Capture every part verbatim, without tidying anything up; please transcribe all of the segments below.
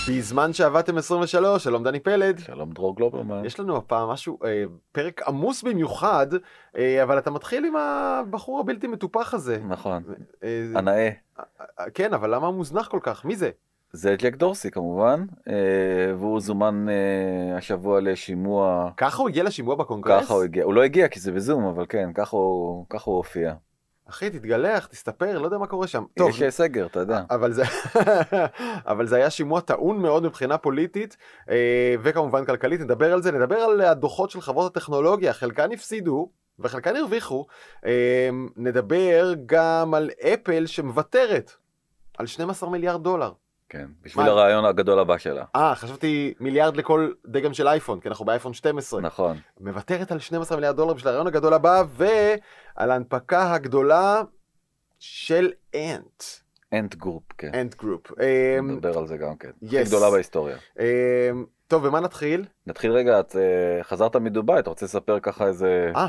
בזמן שעבדתם עשרים ושלוש, שלום דני פלד. שלום דרור גלוברמן. יש לנו הפעם משהו, אה, פרק עמוס במיוחד, אה, אבל אתה מתחיל עם הבחור הבלתי מטופח הזה. נכון, אה, הנאה. אה, כן, אבל למה מוזנח כל כך? מי זה? זה ג'ק דורסי כמובן, אה, והוא זומן אה, השבוע לשימוע. ככה הוא הגיע לשימוע בקונגרס? ככה הוא הגיע, הוא לא הגיע כי זה בזום, אבל כן, ככה הוא, ככה הוא הופיע. אחי, תתגלח, תסתפר, לא יודע מה קורה שם. טוב, יש סגר, אתה יודע. אבל זה, אבל זה היה שימוע טעון מאוד מבחינה פוליטית, וכמובן כלכלית. נדבר על זה, נדבר על הדוחות של חברות הטכנולוגיה, חלקן הפסידו וחלקן הרוויחו. נדבר גם על אפל שמוותרת על שנים עשר מיליארד דולר. כן, בשביל הרעיון הגדול הבא שלה. אה, חשבתי מיליארד לכל דגם של אייפון, כי אנחנו באייפון שתים עשרה. נכון. מוותרת על שנים עשר מיליארד דולר בשביל הרעיון הגדול הבא, ועל ההנפקה הגדולה של אנט. אנט גרופ, כן. אנט גרופ. נדבר על זה גם כן. הכי גדולה בהיסטוריה. טוב, ומה נתחיל? נתחיל רגע, את חזרת מדובאי, אתה רוצה לספר ככה איזה... אה,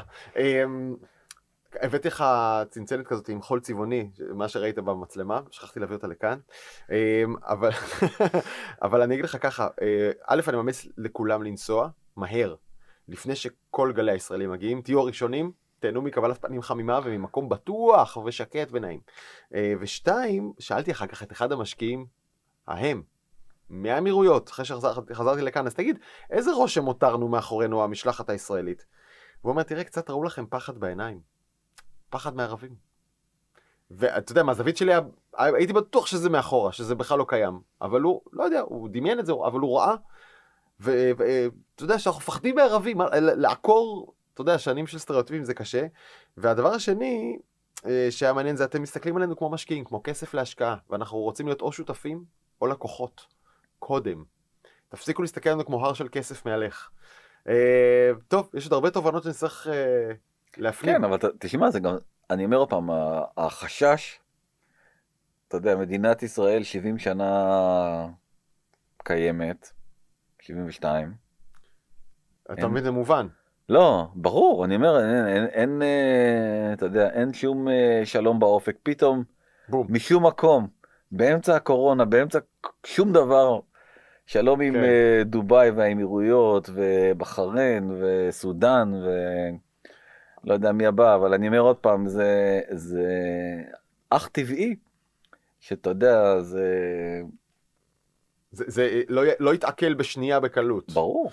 הבאתי לך צנצנת כזאת עם חול צבעוני, מה שראית במצלמה, שכחתי להביא אותה לכאן, אבל, אבל אני אגיד לך ככה, א', אני ממליץ לכולם לנסוע מהר, לפני שכל גלי הישראלים מגיעים, תהיו הראשונים, תהנו מקבלת פנים חמימה וממקום בטוח ושקט ונעים. ושתיים, שאלתי אחר כך את אחד המשקיעים, ההם, מהאמירויות, אחרי שחזרתי לכאן, אז תגיד, איזה רושם הותרנו מאחורינו המשלחת הישראלית? והוא אומר, תראה, קצת ראו לכם פחד בעיניים. פחד מערבים. ואתה יודע, מהזווית שלי, הייתי בטוח שזה מאחורה, שזה בכלל לא קיים. אבל הוא, לא יודע, הוא דמיין את זה, אבל הוא ראה. ואתה יודע, שאנחנו מפחדים מערבים, לעקור, אתה יודע, שנים של סטריאוטיפים זה קשה. והדבר השני, שהיה מעניין, זה אתם מסתכלים עלינו כמו משקיעים, כמו כסף להשקעה, ואנחנו רוצים להיות או שותפים, או לקוחות. קודם. תפסיקו להסתכל עלינו כמו הר של כסף מהלך. טוב, יש עוד הרבה תובנות שאני צריך... להפנים. כן, אבל תשמע, זה גם, אני אומר פעם, החשש, אתה יודע, מדינת ישראל שבעים שנה קיימת, שבעים ושתיים. אתה מבין, זה מובן. לא, ברור, אני אומר, אין, אין, אין, אתה יודע, אין שום שלום באופק, פתאום, בום. משום מקום, באמצע הקורונה, באמצע שום דבר, שלום עם כן. דובאי והאמירויות, ובחריין, וסודן, ו... לא יודע מי הבא, אבל אני אומר עוד פעם, זה, זה אך טבעי, שאתה יודע, זה... זה, זה לא, לא יתעכל בשנייה בקלות. ברור.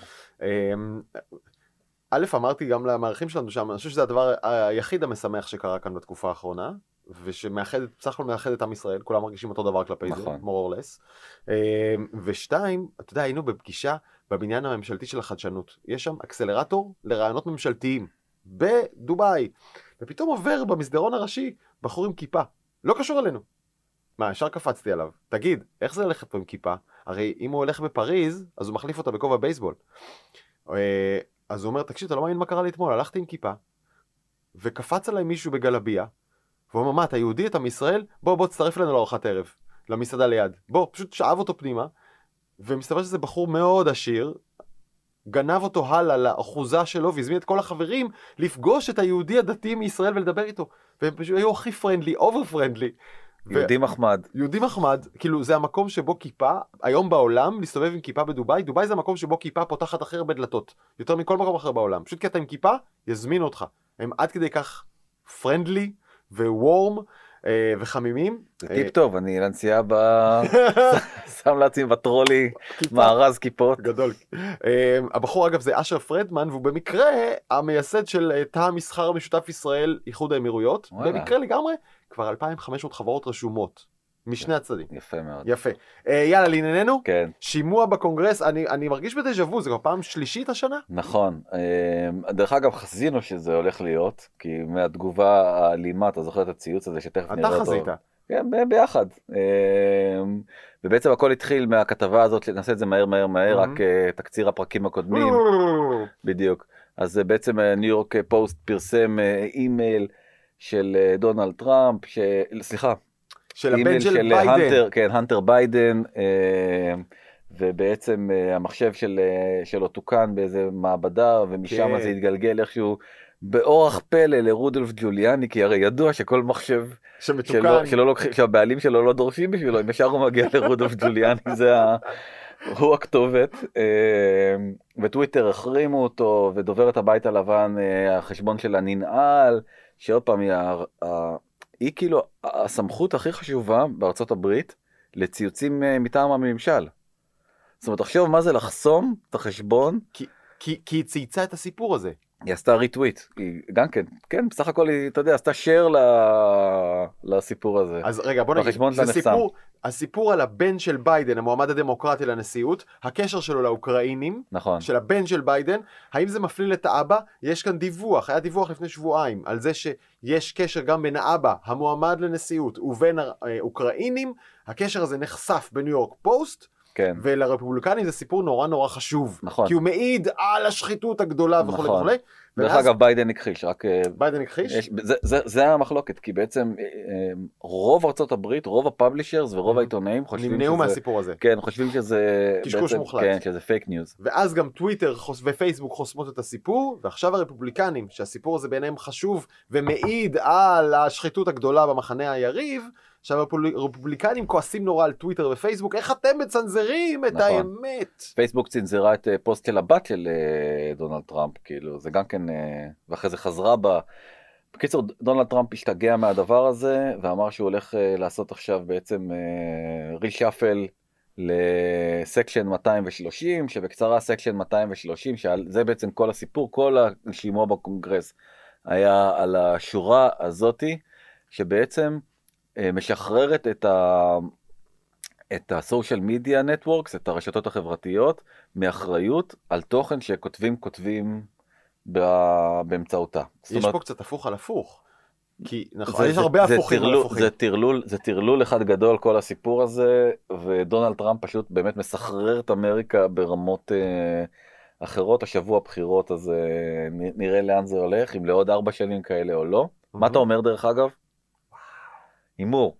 א', אמרתי גם למערכים שלנו שם, אני חושב שזה הדבר היחיד המשמח שקרה כאן בתקופה האחרונה, ושמאחד, בסך הכל מאחד את עם ישראל, כולם מרגישים אותו דבר כלפי נכון. זה, more or less. ושתיים, אתה יודע, היינו בפגישה בבניין הממשלתי של החדשנות. יש שם אקסלרטור לרעיונות ממשלתיים. בדובאי, ופתאום עובר במסדרון הראשי בחור עם כיפה, לא קשור אלינו. מה, ישר קפצתי עליו. תגיד, איך זה הולכת פה עם כיפה? הרי אם הוא הולך בפריז, אז הוא מחליף אותה בכובע בייסבול. אז הוא אומר, תקשיב, אתה לא מאמין מה קרה לי אתמול, הלכתי עם כיפה, וקפץ עליי מישהו בגלביה, והוא אומר, מה, אתה יהודי, אתה מישראל? בוא, בוא, תצטרף לנו לארוחת ערב, למסעדה ליד. בוא, פשוט שאב אותו פנימה, ומסתבר שזה בחור מאוד עשיר, גנב אותו הלאה לאחוזה שלו, והזמין את כל החברים לפגוש את היהודי הדתי מישראל ולדבר איתו. והם פשוט היו הכי פרנדלי, אובר פרנדלי. יהודי מחמד. יהודי מחמד, כאילו זה המקום שבו כיפה, היום בעולם, להסתובב עם כיפה בדובאי, דובאי זה המקום שבו כיפה פותחת הכי הרבה דלתות, יותר מכל מקום אחר בעולם. פשוט כי אתה עם כיפה, יזמין אותך. הם עד כדי כך פרנדלי ווורם, וחמימים. זה טיפ טוב, אני לנסיעה הבאה שם לעצמי בטרולי מארז כיפות. גדול. הבחור אגב זה אשר פרדמן, והוא במקרה המייסד של תא המסחר המשותף ישראל, איחוד האמירויות. במקרה לגמרי, כבר אלפיים וחמש מאות חברות רשומות. משני הצדדים. יפה מאוד. יפה. יאללה, לענייננו? כן. שימוע בקונגרס, אני, אני מרגיש בדז'ה וו, זה כבר פעם שלישית השנה? נכון. דרך אגב, חזינו שזה הולך להיות, כי מהתגובה האלימה, אתה זוכר את הציוץ הזה שתכף נראה אותו. אתה חזית. כן, ביחד. ובעצם הכל התחיל מהכתבה הזאת, נעשה את זה מהר מהר מהר, רק תקציר הפרקים הקודמים. בדיוק. אז בעצם ניו יורק פוסט פרסם אימייל של דונלד טראמפ, סליחה, של הבן של ביידן. הנטר, כן, הנטר ביידן, ובעצם המחשב של, שלו תוקן באיזה מעבדה, ומשם כן. זה התגלגל איכשהו באורח פלא לרודולף ג'וליאני, כי הרי ידוע שכל מחשב שלו, שלו, שהבעלים שלו לא דורשים בשבילו, אם ישר הוא מגיע לרודולף ג'וליאני, זה, ה, הוא הכתובת, וטוויטר החרימו אותו, ודוברת הבית הלבן, החשבון שלה ננעל, שעוד פעם היא, היא כאילו הסמכות הכי חשובה בארצות הברית, לציוצים מטעם הממשל. זאת אומרת, תחשוב מה זה לחסום את החשבון. כי, כי, כי היא צייצה את הסיפור הזה. היא עשתה ריטוויט, היא גם כן, כן, בסך הכל היא, אתה יודע, עשתה שייר לסיפור הזה. אז רגע, בוא נגיד, זה סיפור, הסיפור על הבן של ביידן, המועמד הדמוקרטי לנשיאות, הקשר שלו לאוקראינים, נכון. של הבן של ביידן, האם זה מפליל את האבא? יש כאן דיווח, היה דיווח לפני שבועיים, על זה שיש קשר גם בין האבא, המועמד לנשיאות, ובין האוקראינים, הקשר הזה נחשף בניו יורק פוסט, כן. ולרפובליקנים זה סיפור נורא נורא חשוב. נכון. כי הוא מעיד על השחיתות הגדולה וכו' נכון. וכו'. דרך אגב, ביידן הכחיש, רק... ביידן הכחיש? יש, זה, זה, זה המחלוקת, כי בעצם רוב ארצות הברית, רוב הפאבלישרס ורוב העיתונאים חושבים שזה... נמנעו מהסיפור הזה. כן, חושבים שזה... קשקוש מוחלט. כן, שזה פייק ניוז. ואז גם טוויטר ופייסבוק חוסמות את הסיפור, ועכשיו הרפובליקנים, שהסיפור הזה ביניהם חשוב ומעיד על השחיתות הגדולה במחנה היריב, עכשיו הרפובליקנים כועסים נורא על טוויטר ופייסבוק, איך אתם מצנזרים את האמת? פייסבוק צנזרה את פוסט של הבת של דונלד טראמפ, כאילו, זה גם כן, ואחרי זה חזרה בה. בקיצור, דונלד טראמפ השתגע מהדבר הזה, ואמר שהוא הולך לעשות עכשיו בעצם רישאפל לסקשן מאתיים ושלושים, שבקצרה סקשן מאתיים ושלושים, שזה בעצם כל הסיפור, כל השימוע בקונגרס היה על השורה הזאתי, שבעצם משחררת את ה את ה-social media networks, את הרשתות החברתיות, מאחריות על תוכן שכותבים כותבים באמצעותה. יש פה קצת הפוך על הפוך. כי נכון, יש הרבה הפוכים על הפוכים. זה תרלול, זה תרלול אחד גדול כל הסיפור הזה, ודונלד טראמפ פשוט באמת מסחרר את אמריקה ברמות אחרות. השבוע הבחירות הזה נראה לאן זה הולך, אם לעוד ארבע שנים כאלה או לא. מה אתה אומר דרך אגב? הימור.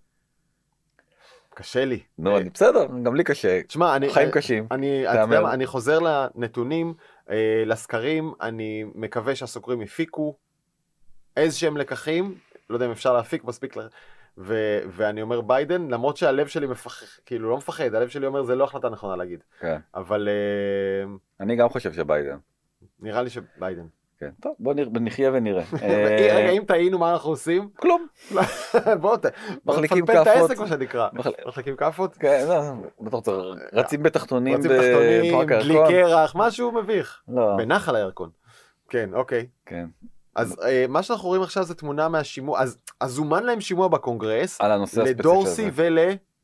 קשה לי. נו, אני בסדר, גם לי קשה. תשמע, אני... חיים קשים. אני, אתה יודע מה, אני חוזר לנתונים, אה, לסקרים, אני מקווה שהסוקרים יפיקו איזה שהם לקחים, לא יודע אם אפשר להפיק מספיק, ו, ואני אומר ביידן, למרות שהלב שלי מפחד, כאילו לא מפחד, הלב שלי אומר זה לא החלטה נכונה להגיד. כן. אבל... אה, אני גם חושב שביידן. נראה לי שביידן. כן, טוב, בוא נחיה ונראה. רגע, אם טעינו מה אנחנו עושים? כלום. בוא מחליקים נפלפל את כאפות. העסק מה שנקרא. מחליקים כאפות? כן, לא, רצים בתחתונים. רצים בתחתונים, בלי קרח, משהו מביך. לא. בנחל הירקון. כן, אוקיי. כן. אז מה שאנחנו רואים עכשיו זה תמונה מהשימוע, אז זומן להם שימוע בקונגרס, על הנושא הספציפי הזה. לדורסי ול...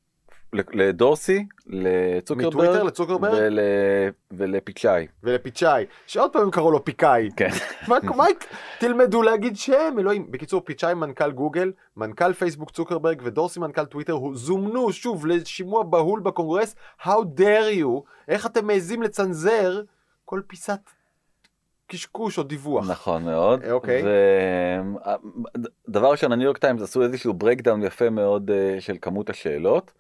לדורסי, לצוקרברג, מטוויטר לצוקרברג, ול... ולפיצ'אי. ולפיצ'אי, שעוד פעם הם קראו לו פיקאי. כן. מה, תלמדו להגיד שם, אלוהים. בקיצור, פיצ'אי מנכ"ל גוגל, מנכ"ל פייסבוק צוקרברג ודורסי מנכ"ל טוויטר, זומנו שוב לשימוע בהול בקונגרס. How dare you? איך אתם מעזים לצנזר כל פיסת קשקוש או דיווח? נכון מאוד. אוקיי. דבר ראשון, הניו יורק טיימס עשו איזשהו ברייקדאון יפה מאוד של כמות השאלות.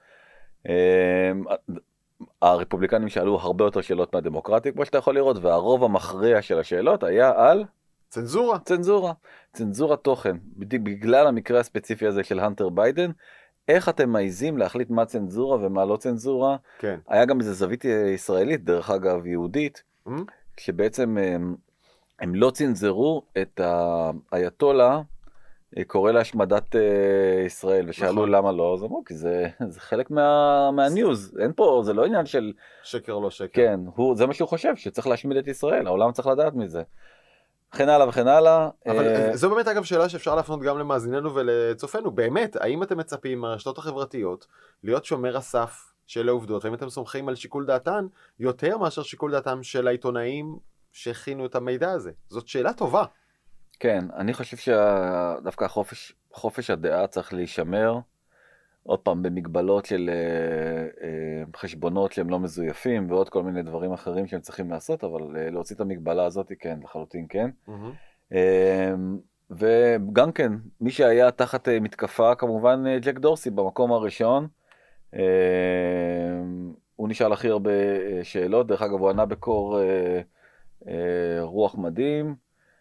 הרפובליקנים שאלו הרבה יותר שאלות מהדמוקרטים, כמו שאתה יכול לראות, והרוב המכריע של השאלות היה על צנזורה. צנזורה. צנזורה תוכן. בגלל המקרה הספציפי הזה של הנטר ביידן, איך אתם מעיזים להחליט מה צנזורה ומה לא צנזורה. כן. היה גם איזו זווית ישראלית, דרך אגב יהודית, mm-hmm. שבעצם הם, הם לא צנזרו את האייתולה, קורא להשמדת uh, ישראל, ושאלו נכון. למה לא, אז אמרו, כי זה, זה חלק מה, מהניוז, אין פה, זה לא עניין של... שקר או לא שקר. כן, הוא, זה מה שהוא חושב, שצריך להשמיד את ישראל, העולם צריך לדעת מזה. וכן הלאה וכן הלאה. אבל uh... זו באמת אגב שאלה שאפשר להפנות גם למאזיננו ולצופנו, באמת, האם אתם מצפים מהרשתות החברתיות להיות שומר הסף של העובדות, האם אתם סומכים על שיקול דעתן יותר מאשר שיקול דעתם של העיתונאים שהכינו את המידע הזה? זאת שאלה טובה. כן, אני חושב שדווקא חופש, חופש הדעה צריך להישמר, עוד פעם במגבלות של אה, אה, חשבונות שהם לא מזויפים, ועוד כל מיני דברים אחרים שהם צריכים לעשות, אבל אה, להוציא את המגבלה הזאת, כן, לחלוטין כן. Mm-hmm. אה, וגם כן, מי שהיה תחת אה, מתקפה, כמובן אה, ג'ק דורסי במקום הראשון, אה, הוא נשאל הכי הרבה אה, שאלות, דרך אגב הוא ענה בקור אה, אה, רוח מדהים,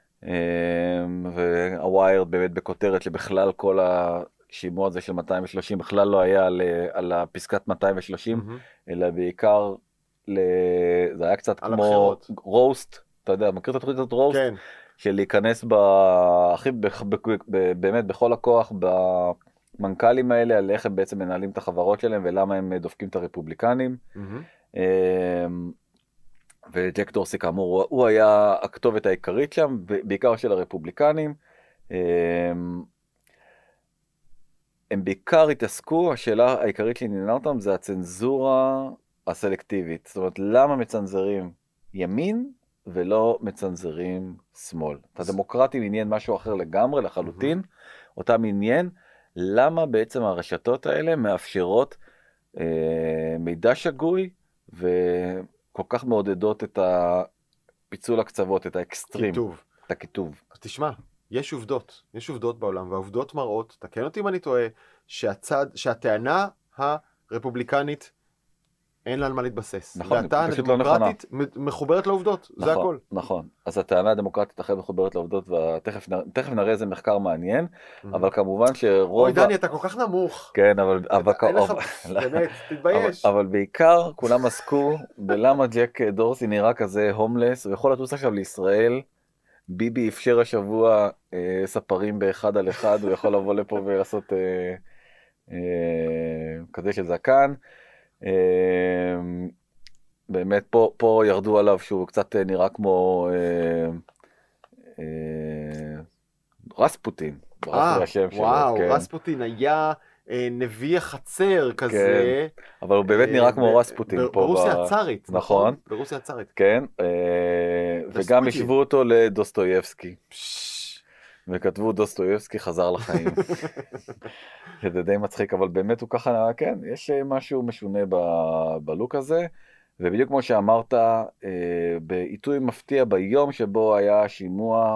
והוויירד באמת בכותרת שבכלל כל השימוע הזה של מאתיים ושלושים בכלל לא היה על, על הפסקת מאתיים ושלושים, mm-hmm. אלא בעיקר ל... זה היה קצת על כמו הבחירות. רוסט, אתה יודע, מכיר את התוכנית הזאת רוסט? כן. של להיכנס ב... הכי ב... ב... ב... באמת בכל הכוח במנכ"לים האלה, על איך הם בעצם מנהלים את החברות שלהם, ולמה הם דופקים את הרפובליקנים. Mm-hmm. וג'ק דורסי כאמור, הוא היה הכתובת העיקרית שם, בעיקר של הרפובליקנים. הם בעיקר התעסקו, השאלה העיקרית שעניינה אותם זה הצנזורה הסלקטיבית. זאת אומרת, למה מצנזרים ימין ולא מצנזרים שמאל? את הדמוקרטים עניין משהו אחר לגמרי, לחלוטין. אותם עניין, למה בעצם הרשתות האלה מאפשרות אה, מידע שגוי וכל כך מעודדות את הפיצול הקצוות, את האקסטרים. כיתוב. את הכיתוב. אז תשמע, יש עובדות, יש עובדות בעולם, והעובדות מראות, תקן אותי אם אני טועה, שהצד, שהטענה הרפובליקנית אין לה על מה להתבסס. נכון, והטענה פשוט לא נכונה. הדמוקרטית מחוברת לעובדות, נכון, זה הכל. נכון, אז הטענה הדמוקרטית אחרת מחוברת לעובדות, ותכף נראה, תכף נראה איזה מחקר מעניין, mm-hmm. אבל כמובן שרוב... אוי דני, אתה כל כך נמוך. כן, אבל... אבל... אין לך, באמת, תתבייש. אבל, אבל בעיקר כולם עסקו בלמה ג'ק דורסי נראה כזה הומלס, הוא יכול לטוס עכשיו לישראל, ביבי אפשר השבוע אה, ספרים באחד על אחד, הוא יכול לבוא לפה ולעשות אה, אה, כזה של זקן. אה, באמת פה, פה ירדו עליו שהוא קצת נראה כמו אה, אה, רספוטין. אה, וואו, כן. רספוטין היה אה, נביא החצר כזה. כן, אבל הוא באמת נראה אה, כמו ב- רספוטין. ב- פה ברוסיה ב... הצארית. נכון. ברוסיה הצארית. כן, אה, וגם השוו אותו לדוסטויבסקי. וכתבו דוסטויבסקי חזר לחיים. זה די מצחיק, אבל באמת הוא ככה, כן, יש משהו משונה ב- בלוק הזה. ובדיוק כמו שאמרת, אה, בעיתוי מפתיע ביום שבו היה שימוע,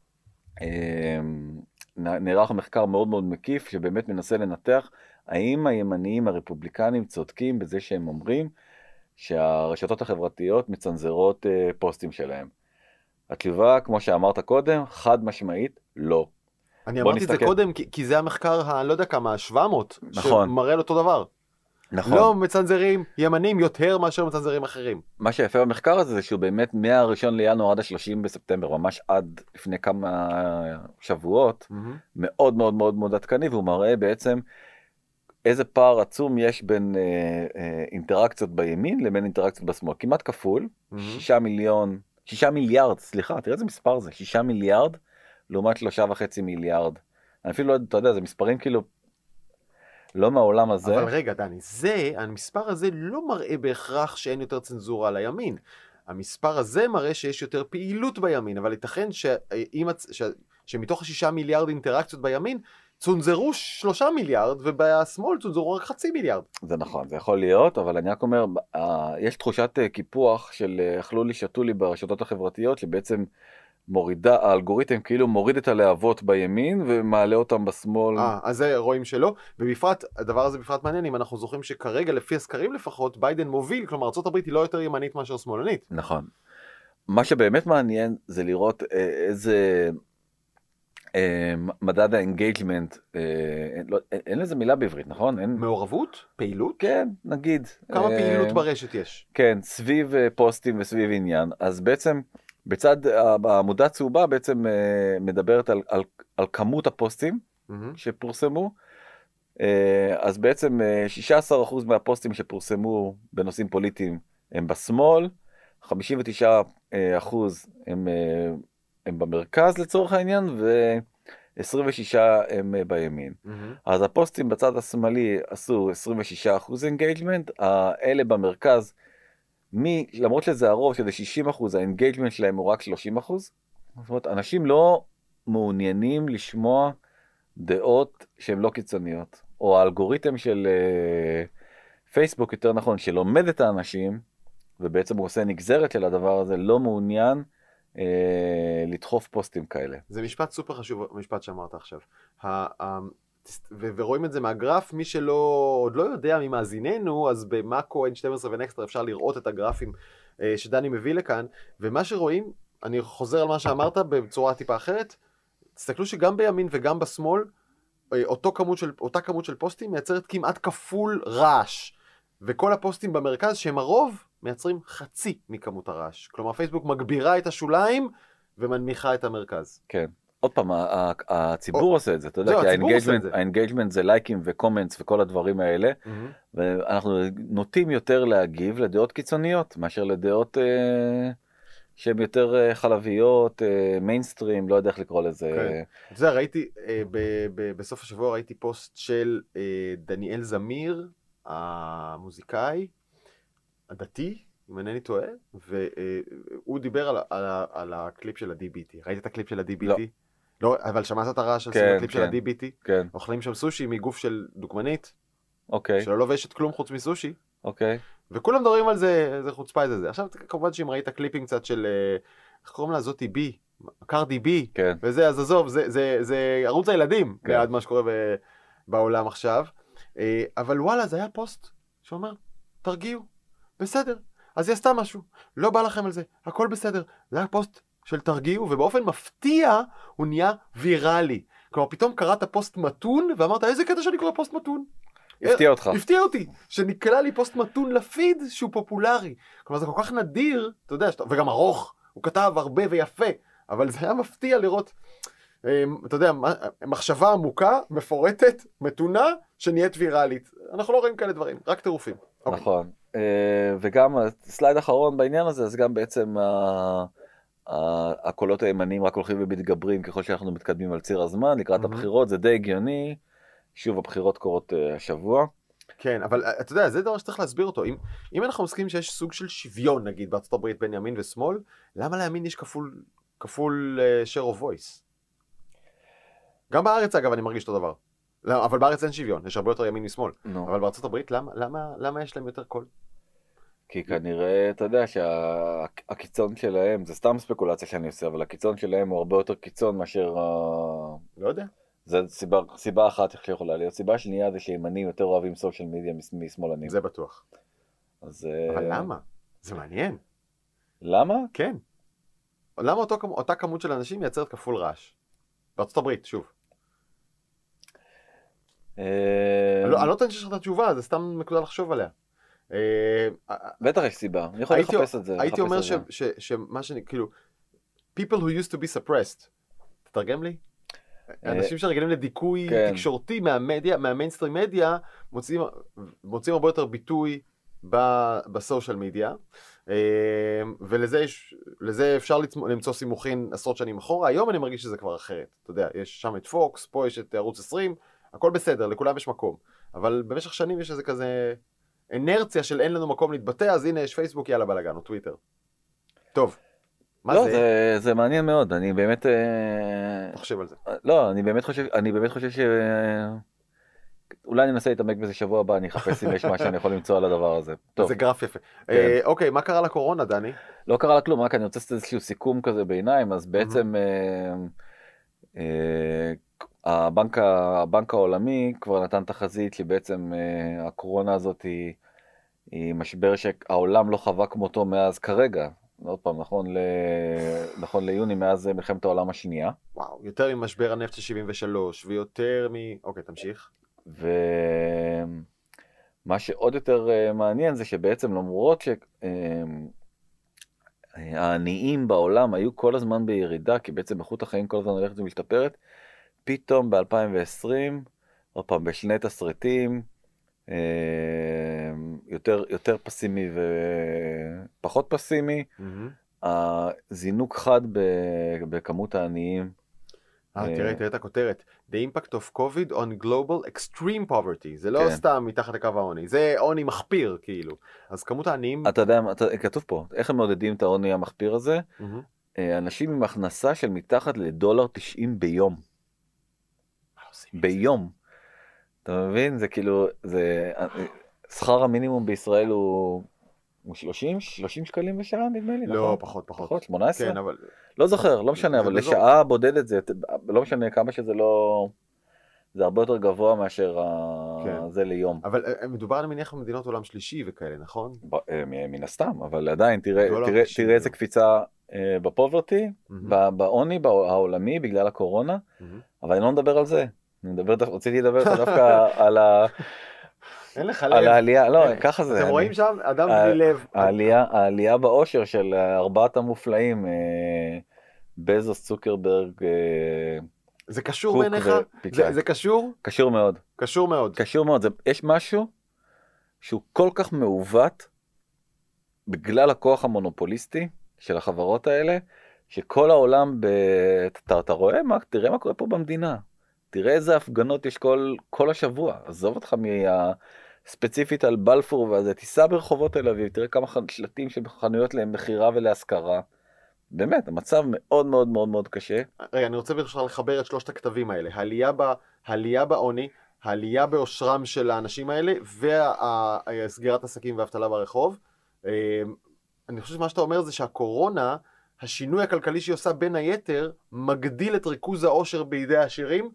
אה, נערך מחקר מאוד מאוד מקיף, שבאמת מנסה לנתח האם הימניים הרפובליקנים צודקים בזה שהם אומרים שהרשתות החברתיות מצנזרות אה, פוסטים שלהם. התשובה, כמו שאמרת קודם, חד משמעית, לא. אני אמרתי נסתכל. את זה קודם, כי, כי זה המחקר, אני לא יודע כמה, שבע מאות, נכון. שמראה על אותו דבר. נכון. לא מצנזרים ימנים יותר מאשר מצנזרים אחרים. מה שיפה במחקר הזה זה שהוא באמת מהראשון לינואר עד ה-שלושים בספטמבר, ממש עד לפני כמה שבועות, mm-hmm. מאוד מאוד מאוד מאוד עדכני, והוא מראה בעצם איזה פער עצום יש בין אה, אה, אינטראקציות בימין לבין אינטראקציות בשמאל. כמעט כפול, mm-hmm. שישה מיליון, שישה מיליארד, סליחה, תראה איזה מספר זה, שישה מיליארד, לעומת שלושה וחצי מיליארד. אני אפילו לא, אתה יודע, זה מספרים כאילו, לא מהעולם הזה. אבל רגע, דני, זה, המספר הזה לא מראה בהכרח שאין יותר צנזורה על הימין. המספר הזה מראה שיש יותר פעילות בימין, אבל ייתכן שאם, ש, שמתוך השישה מיליארד אינטראקציות בימין, צונזרו שלושה מיליארד, ובשמאל צונזרו רק חצי מיליארד. זה נכון, זה יכול להיות, אבל אני רק אומר, יש תחושת קיפוח של אכלו לי, שתו לי ברשתות החברתיות, שבעצם מורידה, האלגוריתם כאילו מוריד את הלהבות בימין ומעלה אותם בשמאל. אה, אז זה רואים שלא, ובפרט, הדבר הזה בפרט מעניין, אם אנחנו זוכרים שכרגע לפי הסקרים לפחות, ביידן מוביל, כלומר ארצות הברית היא לא יותר ימנית מאשר שמאלנית. נכון. מה שבאמת מעניין זה לראות איזה אה, מדד האנגייג'מנט, אה, לא, אין לזה מילה בעברית, נכון? אין... מעורבות? פעילות? כן, נגיד. כמה אה, פעילות ברשת יש? כן, סביב פוסטים וסביב עניין, אז בעצם... בצד העמודה הצהובה בעצם מדברת על, על, על כמות הפוסטים mm-hmm. שפורסמו, אז בעצם שישה עשר אחוז מהפוסטים שפורסמו בנושאים פוליטיים הם בשמאל, חמישים ותשעה אחוז הם, הם במרכז לצורך העניין, ו-עשרים ושישה הם בימין. Mm-hmm. אז הפוסטים בצד השמאלי עשו עשרים ושישה אחוז אינגייג'מנט, האלה במרכז, מי, למרות שזה הרוב, שזה שישים אחוז, האנגייג'מנט שלהם הוא רק שלושים אחוז. זאת אומרת, אנשים לא מעוניינים לשמוע דעות שהן לא קיצוניות. או האלגוריתם של uh, פייסבוק, יותר נכון, שלומד את האנשים, ובעצם הוא עושה נגזרת של הדבר הזה, לא מעוניין uh, לדחוף פוסטים כאלה. זה משפט סופר חשוב, משפט שאמרת עכשיו. ה- ה- ו- ורואים את זה מהגרף, מי שלא עוד לא יודע ממאזיננו, אז במאקו אן שתים עשרה ונקסטר אפשר לראות את הגרפים אה, שדני מביא לכאן, ומה שרואים, אני חוזר על מה שאמרת בצורה טיפה אחרת, תסתכלו שגם בימין וגם בשמאל, אה, אותו כמות של, אותה כמות של פוסטים מייצרת כמעט כפול רעש, וכל הפוסטים במרכז שהם הרוב מייצרים חצי מכמות הרעש. כלומר, פייסבוק מגבירה את השוליים ומנמיכה את המרכז. כן. עוד פעם, הציבור עושה את זה, אתה יודע, כי האנגייג'מנט זה לייקים וקומנטס וכל הדברים האלה, ואנחנו נוטים יותר להגיב לדעות קיצוניות, מאשר לדעות שהן יותר חלביות, מיינסטרים, לא יודע איך לקרוא לזה. אתה יודע, ראיתי, בסוף השבוע ראיתי פוסט של דניאל זמיר, המוזיקאי, הדתי, אם אינני טועה, והוא דיבר על הקליפ של ה-די בי טי. ראית את הקליפ של ה-די בי טי? לא, אבל שמעת את הרעש של הקליפ של ה-די בי טי? כן. אוכלים שם סושי מגוף של דוגמנית, אוקיי. שלא לובשת כלום חוץ מסושי. אוקיי. וכולם מדברים על זה, זה חוצפה איזה זה. עכשיו, כמובן שאם ראית קליפים קצת של, איך קוראים לה? זאתי בי, קרדי בי, כן. וזה, אז עזוב, זה, זה, זה ערוץ הילדים, כן. ליד מה שקורה ב, בעולם עכשיו. אבל וואלה, זה היה פוסט שאומר, תרגיעו, בסדר. אז היא עשתה משהו, לא בא לכם על זה, הכל בסדר. זה היה פוסט של תרגיעו, ובאופן מפתיע הוא נהיה ויראלי. כלומר, פתאום קראת פוסט מתון, ואמרת, איזה קטע שאני קורא פוסט מתון? הפתיע אותך. הפתיע אותי, שנקלע לי פוסט מתון לפיד שהוא פופולרי. כלומר, זה כל כך נדיר, אתה יודע, וגם ארוך, הוא כתב הרבה ויפה, אבל זה היה מפתיע לראות, אתה יודע, מחשבה עמוקה, מפורטת, מתונה, שנהיית ויראלית. אנחנו לא רואים כאלה דברים, רק טירופים. נכון. וגם הסלייד האחרון בעניין הזה, אז גם בעצם הקולות הימניים רק הולכים ומתגברים ככל שאנחנו מתקדמים על ציר הזמן, לקראת הבחירות, זה די הגיוני, שוב הבחירות קורות השבוע. כן, אבל אתה יודע, זה דבר שצריך להסביר אותו. אם, אם אנחנו מסכים שיש סוג של שוויון, נגיד, בארצות הברית בין ימין ושמאל, למה לימין יש כפול, כפול uh, share of voice? גם בארץ, אגב, אני מרגיש אותו דבר. לא, אבל בארץ אין שוויון, יש הרבה יותר ימין משמאל. No. אבל בארצות הברית, למה, למה, למה יש להם יותר קול? כי כנראה, אתה יודע, שהקיצון שלהם, זה סתם ספקולציה שאני עושה, אבל הקיצון שלהם הוא הרבה יותר קיצון מאשר... לא יודע. זה סיבה, סיבה אחת איך שיכולה להיות. סיבה שנייה זה שימנים יותר אוהבים סושיאל מדיה משמאלנים. זה בטוח. אז... אבל למה? זה מעניין. למה? כן. למה אותו, אותה כמות של אנשים מייצרת כפול רעש? בארצות הברית, שוב. אני לא נותן שיש לך את התשובה, זה סתם נקודה לחשוב עליה. בטח יש סיבה, אני יכול לחפש את זה. הייתי אומר שמה שאני, כאילו, people who used to be suppressed, תתרגם לי? אנשים שרגילים לדיכוי תקשורתי מהמדיה, מהמיינסטרים מדיה, מוצאים הרבה יותר ביטוי בסושיאל מדיה, ולזה אפשר למצוא סימוכין עשרות שנים אחורה. היום אני מרגיש שזה כבר אחרת. אתה יודע, יש שם את פוקס, פה יש את ערוץ עשרים, הכל בסדר, לכולם יש מקום. אבל במשך שנים יש איזה כזה אנרציה של אין לנו מקום להתבטא, אז הנה יש פייסבוק, יאללה בלגן, או טוויטר. טוב. לא, זה? זה, זה מעניין מאוד, אני באמת... תחשב על זה. לא, אני באמת חושב, אני באמת חושב ש... אולי אני אנסה להתעמק בזה שבוע הבא, אני אחפש אם יש מה שאני יכול למצוא על הדבר הזה. טוב. זה גרף יפה. כן. אה, אוקיי, מה קרה לקורונה, דני? לא קרה לכלום, רק אני רוצה לעשות איזשהו סיכום כזה בעיניים, אז בעצם אה, אה, הבנק, הבנק העולמי כבר נתן תחזית שבעצם אה, הקורונה הזאת היא, היא משבר שהעולם לא חווה כמותו מאז כרגע. עוד פעם, נכון, ל... נכון ליוני, מאז מלחמת העולם השנייה. וואו, יותר ממשבר הנפט של שבעים ושלוש, ויותר מ... אוקיי, תמשיך. ומה שעוד יותר מעניין זה שבעצם למרות שהעניים בעולם היו כל הזמן בירידה, כי בעצם איכות החיים כל הזמן הולכת ומשתפרת, פתאום ב-אלפיים ועשרים, עוד פעם, בשני תסריטים, יותר, יותר פסימי ופחות פסימי, mm-hmm. הזינוק חד בכמות העניים. אה, תראה, תראה את הכותרת. The impact of COVID on global extreme poverty. זה לא סתם מתחת לקו העוני, זה עוני מחפיר, כאילו. אז כמות העניים... אתה יודע, כתוב פה, איך הם מעודדים את העוני המחפיר הזה? אנשים עם הכנסה של מתחת לדולר תשעים ביום. ביום. אתה מבין? זה כאילו, זה... שכר המינימום בישראל הוא... הוא שלושים, שלושים שקלים בשעה, נדמה לי, לא, נכון? פחות, פחות. פחות, שמונה עשרה? כן, אבל... לא זוכר, לא משנה, אבל לשעה בודדת זה, לא משנה כמה שזה לא... זה הרבה יותר גבוה מאשר זה ליום. אבל מדובר על מניח במדינות עולם שלישי וכאלה, נכון? מן הסתם, אבל עדיין, תראה איזה קפיצה בפוברטי, בעוני העולמי, בגלל הקורונה, אבל אני לא מדבר על זה. אני מדבר, רציתי לדבר דווקא על ה... אין לך לב. על העלייה, לא, ככה זה. אתם רואים שם אדם בלי לב. העלייה באושר של ארבעת המופלאים, בזוס, צוקרברג, זה קשור בעיניך? זה קשור? קשור מאוד. קשור מאוד. קשור מאוד. יש משהו שהוא כל כך מעוות בגלל הכוח המונופוליסטי של החברות האלה, שכל העולם, ב... אתה, אתה רואה מה, תראה מה קורה פה במדינה. תראה איזה הפגנות יש כל, כל השבוע. עזוב אותך ספציפית על בלפור וזה, תיסע ברחובות תל אביב, תראה כמה שלטים שבחנויות להם מחירה ולהשכרה. באמת, המצב מאוד מאוד מאוד מאוד קשה. רגע, אני רוצה ברשותך לחבר את שלושת הכתבים האלה. העלייה, ב... העלייה בעוני, העלייה באושרם של האנשים האלה, והסגירת עסקים והאבטלה ברחוב. אני חושב שמה שאתה אומר זה שהקורונה, השינוי הכלכלי שהיא עושה בין היתר, מגדיל את ריכוז העושר בידי העשירים,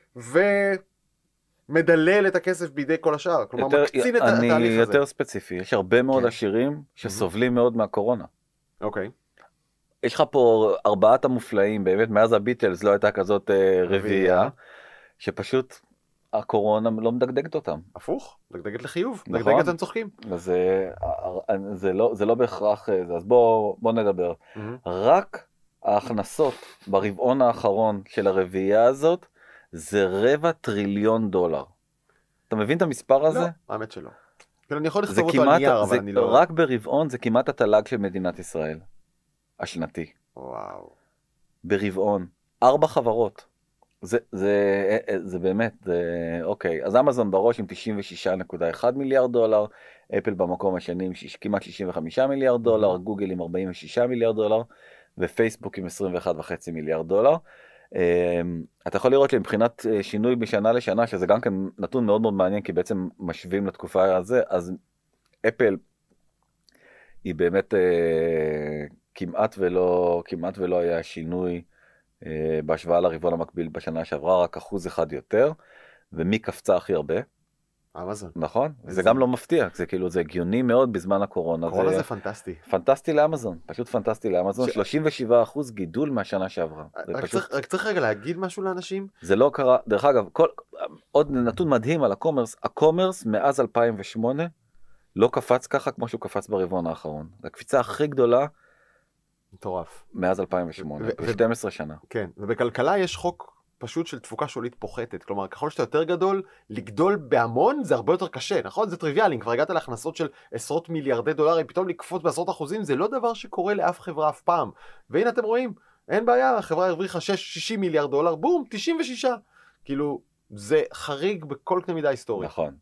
ומדלל את הכסף בידי כל השאר. כלומר, יותר, מקצין את התהליך הזה. אני יותר ספציפי, יש הרבה מאוד כן. עשירים שסובלים מאוד מהקורונה. אוקיי. יש לך פה ארבעת המופלאים, באמת מאז הביטלס לא הייתה כזאת רביעייה, שפשוט הקורונה לא מדגדגת אותם. הפוך, מדגדגת לחיוב, נכון. מדגדגת הם צוחקים. זה, זה, לא, זה לא בהכרח, אז בוא, בוא נדבר. Mm-hmm. רק ההכנסות ברבעון האחרון של הרביעייה הזאת, זה רבע טריליון דולר. אתה מבין את המספר הזה? לא, האמת שלא. אני יכול לכתוב אותו על נייר, אבל אני לא... רק ברבעון זה כמעט התל"ג של מדינת ישראל. השנתי. וואו. ברבעון. ארבע חברות. זה, זה, זה באמת, זה, אוקיי. אז אמזון בראש עם תשעים ושש נקודה אחת מיליארד דולר, אפל במקום השני עם כמעט שישים וחמישה מיליארד דולר, גוגל עם ארבעים ושישה מיליארד דולר, ופייסבוק עם עשרים ואחד וחצי מיליארד דולר. אתה יכול לראות מבחינת שינוי בשנה לשנה, שזה גם כן נתון מאוד מאוד מעניין, כי בעצם משווים לתקופה הזה, אז אפל היא באמת כמעט ולא, כמעט ולא היה שינוי בהשוואה לרבעון המקביל בשנה שעברה, רק אחוז אחד יותר, ומי קפצה הכי הרבה? אמזון. נכון? זה גם לא מפתיע, זה כאילו, זה הגיוני מאוד בזמן הקורונה. הקורונה זה פנטסטי. פנטסטי לאמזון, פשוט פנטסטי לאמזון, שלושים ושבעה אחוז גידול מהשנה שעברה. רק צריך רגע להגיד משהו לאנשים? זה לא קרה, דרך אגב, עוד נתון מדהים על הקומרס, הקומרס מאז אלפיים ושמונה לא קפץ ככה כמו שהוא קפץ ברבעון האחרון. הקפיצה הכי גדולה, מטורף. מאז אלפיים ושמונה, ב-שתים עשרה שנה. כן, ובכלכלה יש חוק פשוט של תפוקה שולית פוחתת. כלומר, ככל שאתה יותר גדול, לגדול בהמון זה הרבה יותר קשה, נכון? זה טריוויאלי, כבר הגעת להכנסות של עשרות מיליארדי דולרים, פתאום לקפוץ בעשרות אחוזים, זה לא דבר שקורה לאף חברה אף פעם. והנה אתם רואים, אין בעיה, החברה הרוויחה שישים מיליארד דולר, בום, תשעים ושש. כאילו, זה חריג בכל קנה מידה היסטורית. נכון.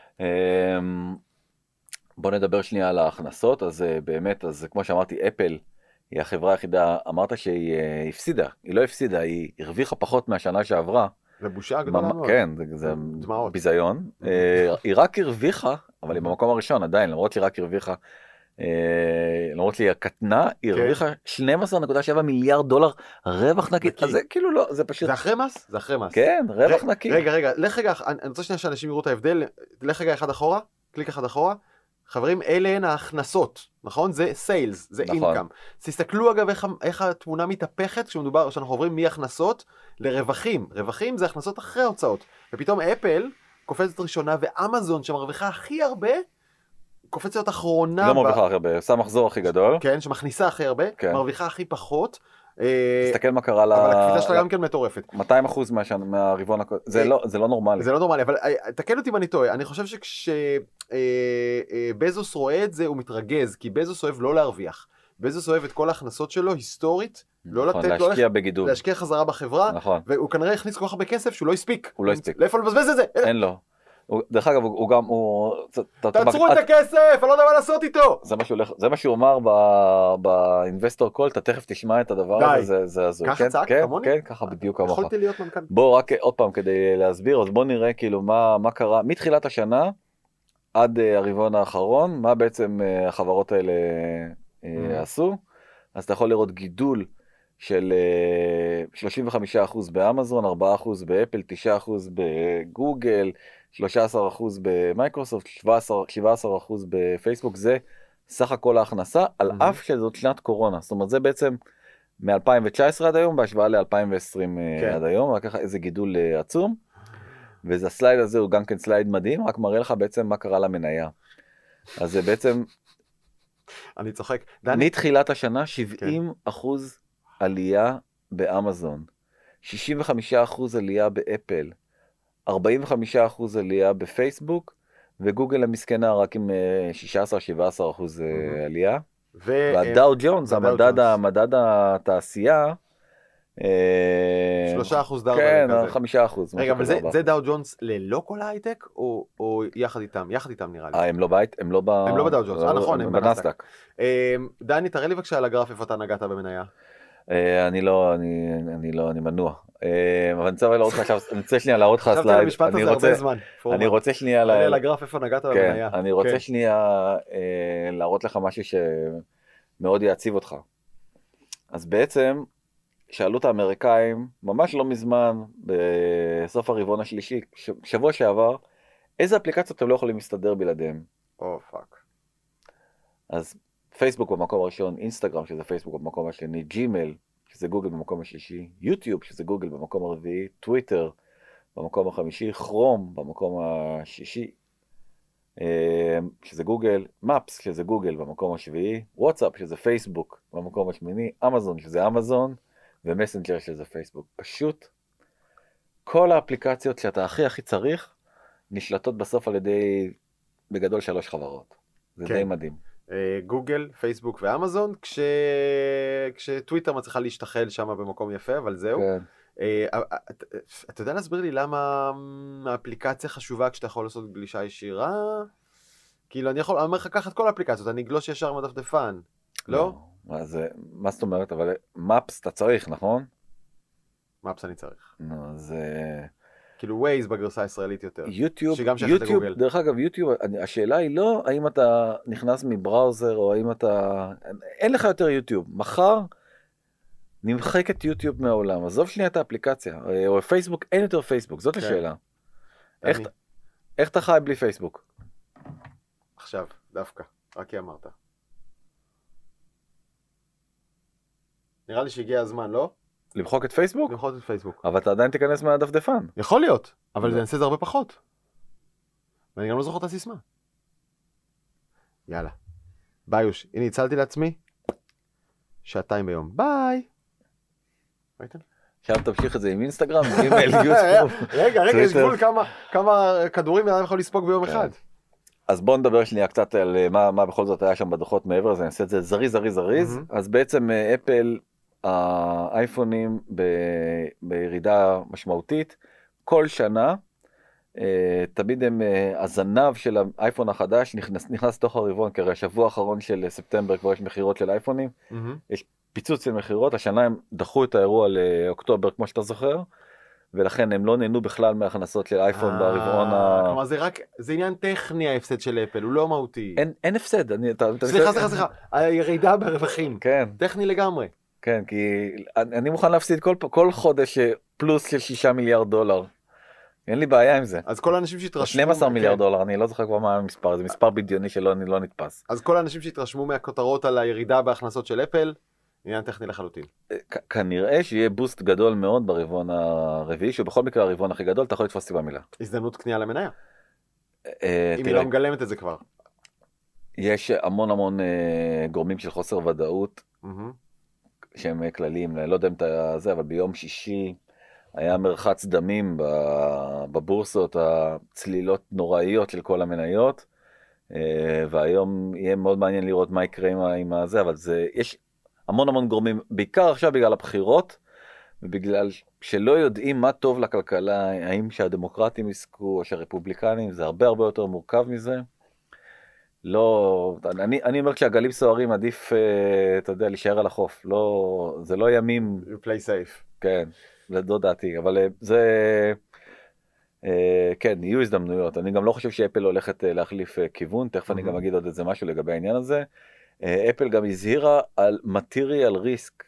בוא נדבר שנייה על ההכנסות, אז באמת, אז כמו שאמרתי, אפל, היא החברה היחידה, אמרת שהיא הפסידה, היא לא הפסידה, היא הרוויחה פחות מהשנה שעברה. זה בושה גדולה מאוד. כן, זה ביזיון. היא רק הרוויחה, אבל היא במקום הראשון עדיין, למרות שהיא רק הרוויחה, למרות שהיא הקטנה, היא הרוויחה שנים עשר נקודה שבע מיליארד דולר רווח נקי. אז זה כאילו לא, זה פשוט... זה אחרי מס? זה אחרי מס. כן, רווח נקי. רגע, רגע, לך רגע, אני רוצה שנייה שאנשים יראו את ההבדל, לך רגע אחד אחורה, קליק אחד אחורה. חברים, אלה הן ההכנסות, נכון? זה סיילס, זה אינקאם. תסתכלו אגב איך, איך התמונה מתהפכת כשמדובר, כשאנחנו עוברים מהכנסות לרווחים. רווחים זה הכנסות אחרי ההוצאות. ופתאום אפל קופצת ראשונה, ואמזון שמרוויחה הכי הרבה, קופצת אחרונה. לא מרוויחה הכי הרבה, עושה מחזור הכי גדול. כן, שמכניסה הכי הרבה, כן. מרוויחה הכי פחות. תסתכל מה קרה לה... אבל הקפיצה שלה גם כן מטורפת. מאתיים אחוז מהרבעון, זה לא נורמלי. זה לא נורמלי, אבל תקן אותי אם אני טועה, אני חושב שכשבזוס רואה את זה הוא מתרגז, כי בזוס אוהב לא להרוויח. בזוס אוהב את כל ההכנסות שלו, היסטורית, לא לתת, להשקיע בגידול. להשקיע חזרה בחברה, והוא כנראה הכניס כל כך הרבה כסף שהוא לא הספיק. הוא לא הספיק. לאיפה לבזבז את זה? אין לו. דרך אגב, הוא גם, תעצרו את הכסף, אני לא יודע מה לעשות איתו. זה מה שהוא אמר באינבסטור קול, אתה תכף תשמע את הדבר הזה, זה הזוי. ככה צעק, כמוני? כן, ככה בדיוק כמוך. יכולתי להיות מנכ"ל. בואו רק עוד פעם כדי להסביר, אז בואו נראה כאילו מה קרה, מתחילת השנה עד הרבעון האחרון, מה בעצם החברות האלה עשו. אז אתה יכול לראות גידול של שלושים וחמישה אחוז באמזון, ארבעה אחוז באפל, תשעה אחוז בגוגל, שלושה עשר אחוז במייקרוסופט, שבעה עשר אחוז בפייסבוק, זה סך הכל ההכנסה, על mm-hmm. אף שזאת שנת קורונה. זאת אומרת, זה בעצם מ-אלפיים תשע עשרה עד היום, בהשוואה ל-אלפיים ועשרים כן. עד היום, רק ככה איזה גידול עצום. וזה הסלייד הזה הוא גם כן סלייד מדהים, רק מראה לך בעצם מה קרה למניה. אז זה בעצם... אני צוחק. דני? מתחילת השנה שבעים אחוז עלייה באמזון, שישים וחמישה אחוז עלייה באפל, ארבעים וחמישה אחוז עלייה בפייסבוק, וגוגל המסכנה רק עם שישה עשר שבעה עשר אחוז עלייה. והדאו ג'ונס, המדד התעשייה, שלושה אחוז דאו. כן, חמישה אחוז. רגע, אבל זה דאו ג'ונס ללא כל ההייטק, או יחד איתם? יחד איתם נראה לי. הם לא בהייטק, הם לא בדאו ג'ונס, אה נכון, הם בנסדק. דני, תראה לי בבקשה על הגרף איפה אתה נגעת במניה. אני לא, אני לא, אני מנוע. אבל אני רוצה להראות לך עכשיו, אני רוצה שנייה להראות לך סלייד. אני רוצה שנייה על הגרף איפה נגעת במניה. אני רוצה שנייה להראות לך משהו שמאוד יעציב אותך. אז בעצם, שאלו את האמריקאים, ממש לא מזמן, בסוף הרבעון השלישי, שבוע שעבר, איזה אפליקציות אתם לא יכולים להסתדר בלעדיהם? או פאק. אז פייסבוק במקום הראשון, אינסטגרם שזה פייסבוק במקום השני, ג'ימייל שזה גוגל במקום השלישי, יוטיוב שזה גוגל במקום הרביעי, טוויטר במקום החמישי, כרום במקום השישי, שזה גוגל, מפס שזה גוגל במקום השביעי, וואטסאפ שזה פייסבוק במקום השמיני, אמזון שזה אמזון, ומסנג'ר שזה פייסבוק. פשוט כל האפליקציות שאתה הכי הכי צריך נשלטות בסוף על ידי בגדול שלוש חברות. זה די מדהים. גוגל, פייסבוק ואמזון, כשטוויטר מצליחה להשתחל שם במקום יפה, אבל זהו. אתה יודע להסביר לי למה האפליקציה חשובה כשאתה יכול לעשות גלישה ישירה? כאילו אני יכול, אני אומר לך קחת כל האפליקציות, אני אגלוש ישר מדפדפן, לא? מה זאת אומרת? אבל מפס אתה צריך, נכון? מפס אני צריך. אז... כאילו ווייז בגרסה הישראלית יותר. יוטיוב, יוטיוב, דרך אגב יוטיוב, השאלה היא לא האם אתה נכנס מבראוזר או האם אתה, אין לך יותר יוטיוב, מחר נמחק את יוטיוב מהעולם, עזוב שנייה את האפליקציה, או פייסבוק, אין יותר פייסבוק, זאת השאלה. איך אתה חי בלי פייסבוק? עכשיו, דווקא, רק כי אמרת. נראה לי שהגיע הזמן, לא? למחוק את פייסבוק? למחוק את פייסבוק. אבל אתה עדיין תיכנס מהדפדפן. יכול להיות, אבל זה נעשה את זה הרבה פחות. ואני גם לא זוכר את הסיסמה. יאללה. ביוש, הנה הצלתי לעצמי. שעתיים ביום. ביי. ראיתם? עכשיו תמשיך את זה עם אינסטגרם, ג'ימייל, יוטיוב. רגע, רגע, יש גבול כמה כדורים אדם יכול לספוג ביום אחד. אז בואו נדבר שנייה קצת על מה, מה בכל זאת היה שם בדוחות מעבר, אז אני אעשה את זה זריז, זריז, זריז. אז בעצם אפל, האייפונים ב, בירידה משמעותית, כל שנה, תמיד הם, הזנב של האייפון החדש נכנס, נכנס לתוך הרבעון, כי הרי השבוע האחרון של ספטמבר כבר יש מחירות של אייפונים, יש פיצוץ של מחירות, השנה הם דחו את האירוע לאוקטובר כמו שאתה זוכר, ולכן הם לא נהנו בכלל מהכנסות של אייפון ברבעון ה... כלומר זה רק, זה עניין טכני ההפסד של אפל, הוא לא מהותי. אין, אין הפסד. אני, אתה, סליחה, סליחה, סליחה, הירידה ברווחים. כן. טכני לגמרי. כן, כי אני מוכן להפסיד כל, כל חודש פלוס של שישה מיליארד דולר. אין לי בעיה עם זה. אז כל האנשים שהתרשמו... שנים עשר מיליארד דולר, אני לא זוכר כבר מה המספר, זה מספר בדיוני שלא לא נתפס. אז כל האנשים שהתרשמו מהכותרות על הירידה בהכנסות של אפל, עניין טכני לחלוטין. כנראה שיהיה בוסט גדול מאוד ברבעון הרביעי, שבכל מקרה הרבעון הכי גדול, אתה יכול לתפוס אותי במילה. הזדמנות קנייה למניה. אם היא לא מגלמת את זה כבר. יש המון המון גורמים של חוסר ודאות, שהם כלליים, לא יודע אם אתה זה, אבל ביום שישי היה מרחץ דמים בבורסות, הצלילות נוראיות של כל המניות, והיום יהיה מאוד מעניין לראות מה יקרה עם זה, אבל זה, יש המון המון גורמים, בעיקר עכשיו בגלל הבחירות, ובגלל שלא יודעים מה טוב לכלכלה, האם שהדמוקרטים יזכו או שהרפובליקנים, זה הרבה הרבה יותר מורכב מזה. לא, אני, אני אומר כשהגלים סוערים עדיף, אתה יודע, להישאר על החוף, לא, זה לא ימים... You play safe. כן, זה לא דעתי, אבל זה, כן, יהיו הזדמנויות. אני גם לא חושב שאפל הולכת להחליף כיוון, תכף אני גם אגיד עוד איזה משהו לגבי העניין הזה. אפל גם הזהירה על material risk,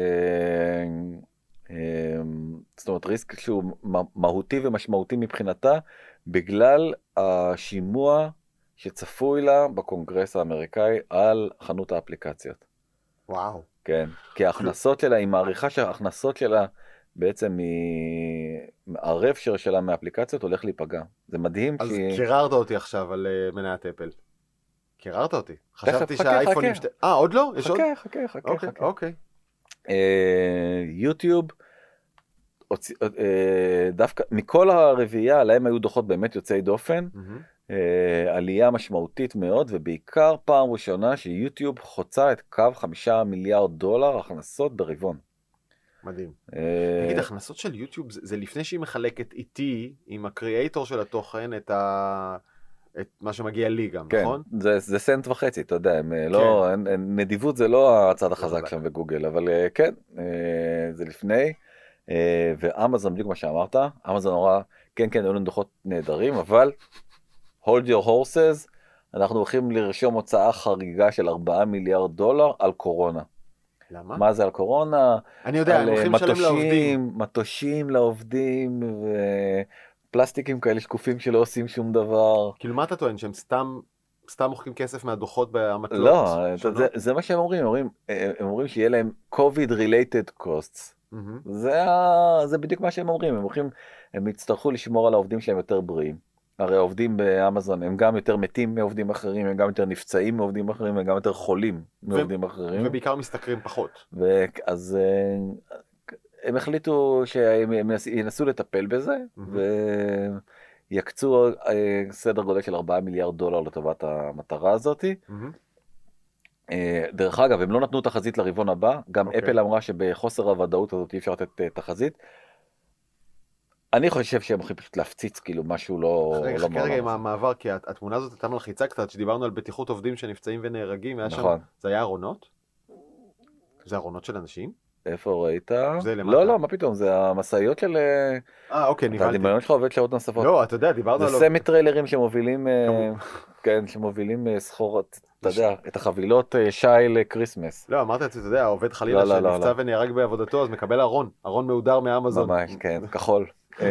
זאת אומרת ריסק שהוא מהותי ומשמעותי מבחינתה, בגלל השימוע שצפוי לה בקונגרס האמריקאי על חנות האפליקציות. וואו. כן, כי ההכנסות שלה, היא מעריכה שההכנסות שלה בעצם הרב שר שלה מהאפליקציות הולך להיפגע. זה מדהים. אז קיררת אותי עכשיו על מניית אפל. קיררת אותי. חשבתי שהאייפונים... אה, עוד לא? יש עוד? חכה, חכה, חכה. אוקיי. יוטיוב, דווקא מכל הרביעייה, להם היו דוחות באמת יוצאי דופן, עלייה משמעותית מאוד, ובעיקר פעם ראשונה שיוטיוב חוצה את קו חמישה מיליארד דולר הכנסות ברבעון. מדהים. תגיד, הכנסות של יוטיוב, זה לפני שהיא מחלקת איתי, עם הקריאייטור של התוכן, את ה... את מה שמגיע לי גם, כן, נכון? זה, זה סנט וחצי, אתה יודע, הם כן. לא, הם, הם, נדיבות זה לא הצד החזק שם בגוגל, אבל כן, זה לפני, ואמזון, בדיוק מה שאמרת, אמזון נורא, כן, כן, היו לנו דוחות נהדרים, אבל hold your horses, אנחנו הולכים לרשום הוצאה חריגה של ארבעה מיליארד דולר על קורונה. למה? מה זה על קורונה? אני יודע, הם הולכים לשלם לעובדים. מטושים לעובדים, ו... פלסטיקים כאלה שקופים שלא עושים שום דבר. כאילו מה אתה טוען? שהם סתם, סתם מוחקים כסף מהדוחות במטלות? לא, זה, זה מה שהם אומרים. הם אומרים, הם אומרים שיהיה להם COVID related costs. Mm-hmm. זה, זה בדיוק מה שהם אומרים. הם אומרים, הם יצטרכו לשמור על העובדים שלהם יותר בריאים. הרי העובדים באמזון הם גם יותר מתים מעובדים אחרים, הם גם יותר נפצעים מעובדים אחרים, הם גם יותר חולים מעובדים ו- אחרים. ובעיקר משתכרים פחות. ואז... הם החליטו שהם ינסו לטפל בזה, ויקצו סדר גודל של ארבעה מיליארד דולר לטובת המטרה הזאת. דרך אגב, הם לא נתנו תחזית לרבעון הבא, גם אפל אמרה שבחוסר הוודאות הזאת אי אפשר לתת תחזית. אני חושב שהם הולכים פשוט להפציץ כאילו משהו לא... חכה רגע עם המעבר, כי התמונה הזאת הייתה מלחיצה קצת, שדיברנו על בטיחות עובדים שנפצעים ונהרגים, זה היה ארונות? זה ארונות של אנשים? איפה ראית? לא, לא, מה פתאום, זה המסעיות של... אה, אוקיי, נבלתי. הדמיון שלך עובד שעות נוספות. לא, אתה יודע, דיברנו עליו. זה סמי טריילרים שמובילים, כן, שמובילים סחורות, אתה יודע, את החבילות שי לקריסמס. לא, אמרת את זה, אתה יודע, העובד חלילה שנפצע ונהרג בעבודתו, אז מקבל ארון, ארון מהודר מאמזון. ממש, כן, כחול.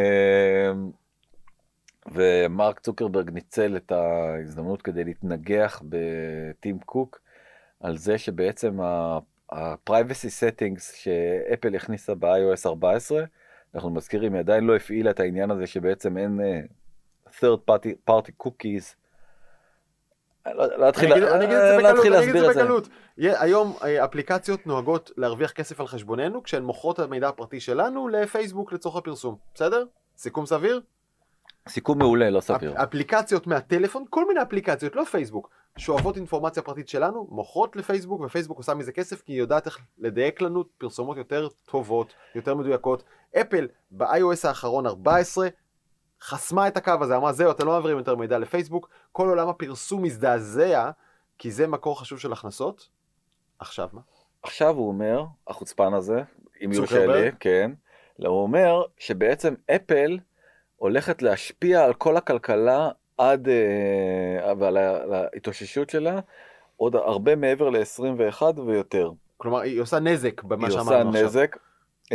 ומרק צוקרברג ניצל את ההזדמנות כדי להתנגח בטים קוק, על זה שבעצם ה... ה-privacy settings שאפל הכניסה ב-iOS ארבע עשרה, אנחנו מזכירים, היא עדיין לא הפעילה את העניין הזה שבעצם אין uh, third party, party cookies. להתחיל להסביר את זה. היום אפליקציות נוהגות להרוויח כסף על חשבוננו, כשהן מוכרות את המידע הפרטי שלנו לפייסבוק לצורך הפרסום. בסדר? סיכום סביר? סיכום מעולה, לא סביר. אפליקציות מהטלפון, כל מיני אפליקציות, לא פייסבוק, שואבות אינפורמציה פרטית שלנו, מוכרות לפייסבוק, ופייסבוק עושה מזה כסף, כי היא יודעת איך לדייק לנו פרסומות יותר טובות, יותר מדויקות. אפל, ב-iOS האחרון ארבע עשרה, חסמה את הקו הזה, אמרה, זהו, אתם לא מעבירים יותר מידע לפייסבוק, כל עולם הפרסום מזדעזע, כי זה מקור חשוב של הכנסות. עכשיו מה? עכשיו הוא אומר, החוצפן הזה, אם יורשה לי, כן, הוא אומר שבעצם אפל הולכת להשפיע על כל הכלכלה עד, ועל ההתאוששות שלה, עוד הרבה מעבר ל-עשרים ואחת ויותר. כלומר, היא עושה נזק במה שאמרנו עכשיו. היא עושה נזק.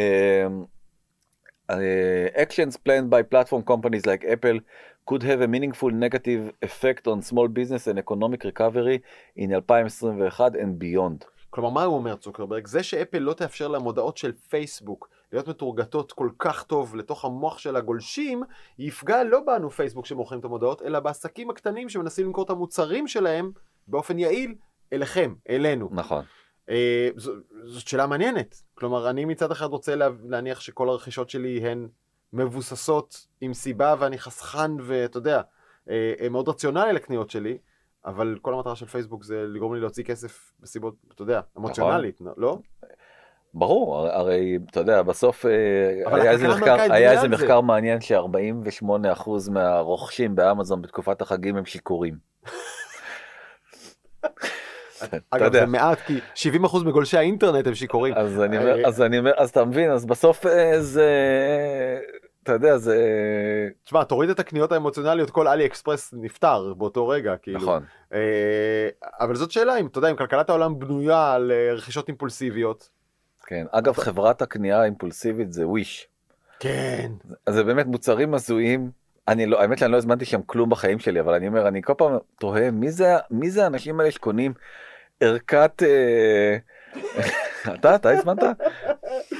Actions planned by platform companies like Apple could have a meaningful negative effect on small business and economic recovery in אלפיים עשרים ואחת and beyond. כלומר, מה הוא אומר צוקרברג? זה שאפל לא תאפשר למודעות של פייסבוק להיות מתורגתות כל כך טוב לתוך המוח של הגולשים, יפגע לא בנו פייסבוק שמוכרים את המודעות, אלא בעסקים הקטנים שמנסים למכור את המוצרים שלהם באופן יעיל אליכם, אלינו. נכון. אה, ז, זאת שאלה מעניינת. כלומר, אני מצד אחד רוצה לה, להניח שכל הרכישות שלי הן מבוססות עם סיבה, ואני חסכן ואתה יודע, אה, מאוד רציונלי לקניות שלי, אבל כל המטרה של פייסבוק זה לגרום לי להוציא כסף בסיבות, אתה יודע, אמוציונלית, לא? ברור, הרי אתה יודע, בסוף היה איזה מחקר, היה איזה מחקר מעניין ש-ארבעים ושמונה אחוז מהרוכשים באמזון בתקופת החגים הם שיכורים. אגב, זה מעט, כי שבעים אחוז מגולשי האינטרנט הם שיכורים. אז אני אומר, אז אני אומר, אז אתה מבין, אז בסוף זה... אתה יודע, זה... תשמע, תוריד את הקניות האמוציונליות, כל אלי אקספרס נפטר באותו רגע, כאילו. נכון. אבל זאת שאלה, אם אתה יודע, אם כלכלת העולם בנויה על רכישות אימפולסיביות. כן, אגב, חברת הקנייה האימפולסיבית זה וויש. כן. אז זה באמת מוצרים הזויים. אני לא, האמת שאני לא הזמנתי שם כלום בחיים שלי, אבל אני אומר, אני כל פעם תוהה, מי זה, מי זה האנשים האלה שקונים ערכת... אתה, אתה הזמנת?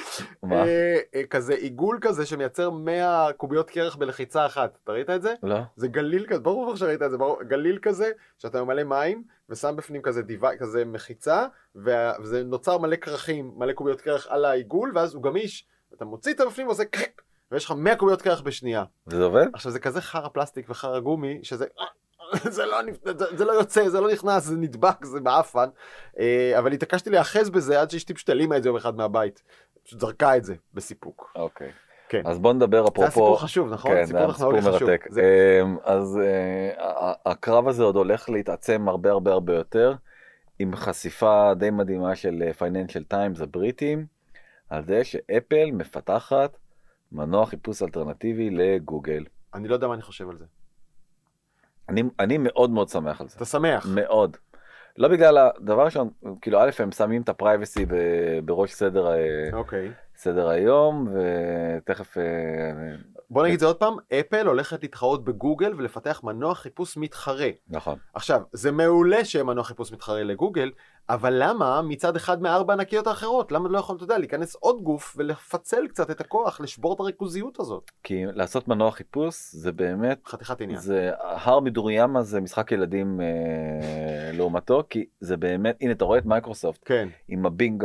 מה? כזה עיגול כזה שמייצר מאה קוביות קרח בלחיצה אחת. אתה ראית את זה? לא. זה גליל כזה, ברור שראית את זה, גליל כזה, שאתה ממלא מים, ושם בפנים כזה דיווי, כזה מחיצה, וזה נוצר מלא קרחים, מלא קוביות קרח על העיגול, ואז הוא גמיש, אתה מוציא את הבפנים ועושה קרק, ויש לך מאה קוביות קרח בשנייה. זה עובד? עכשיו זה כזה חרא פלסטיק וחרא גומי, שזה... זה לא, זה, זה לא יוצא, זה לא נכנס, זה נדבק, זה באפן. אבל התעקשתי להיאחז בזה עד שאשתי פשוט העלימה את זה יום אחד מהבית. פשוט זרקה את זה בסיפוק. אוקיי. כן. אז בוא נדבר אפרופו... זה הסיפור חשוב, נכון? כן, סיפור טכנולוגי חשוב. זה... אז הקרב הזה עוד הולך להתעצם הרבה הרבה הרבה יותר, עם חשיפה די מדהימה של Financial Times הבריטים, על זה שאפל מפתחת מנוע חיפוש אלטרנטיבי לגוגל. אני לא יודע מה אני חושב על זה. אני, אני מאוד מאוד שמח על זה. אתה שמח? מאוד. לא בגלל הדבר ראשון, כאילו א' הם שמים את הפרייבסי בראש סדר, אוקיי. סדר היום, ותכף... בוא נגיד זה עוד פעם, אפל הולכת להתחרות בגוגל ולפתח מנוע חיפוש מתחרה. נכון. עכשיו, זה מעולה שיהיה מנוע חיפוש מתחרה לגוגל, אבל למה מצד אחד מארבע ענקיות האחרות? למה לא יכול, אתה יודע, להיכנס עוד גוף ולפצל קצת את הכוח, לשבור את הריכוזיות הזאת? כי לעשות מנוע חיפוש זה באמת... חתיכת עניין. זה, הר מדוריאמה זה משחק ילדים אה, לעומתו, כי זה באמת, הנה אתה רואה את מייקרוסופט, כן. עם הבינג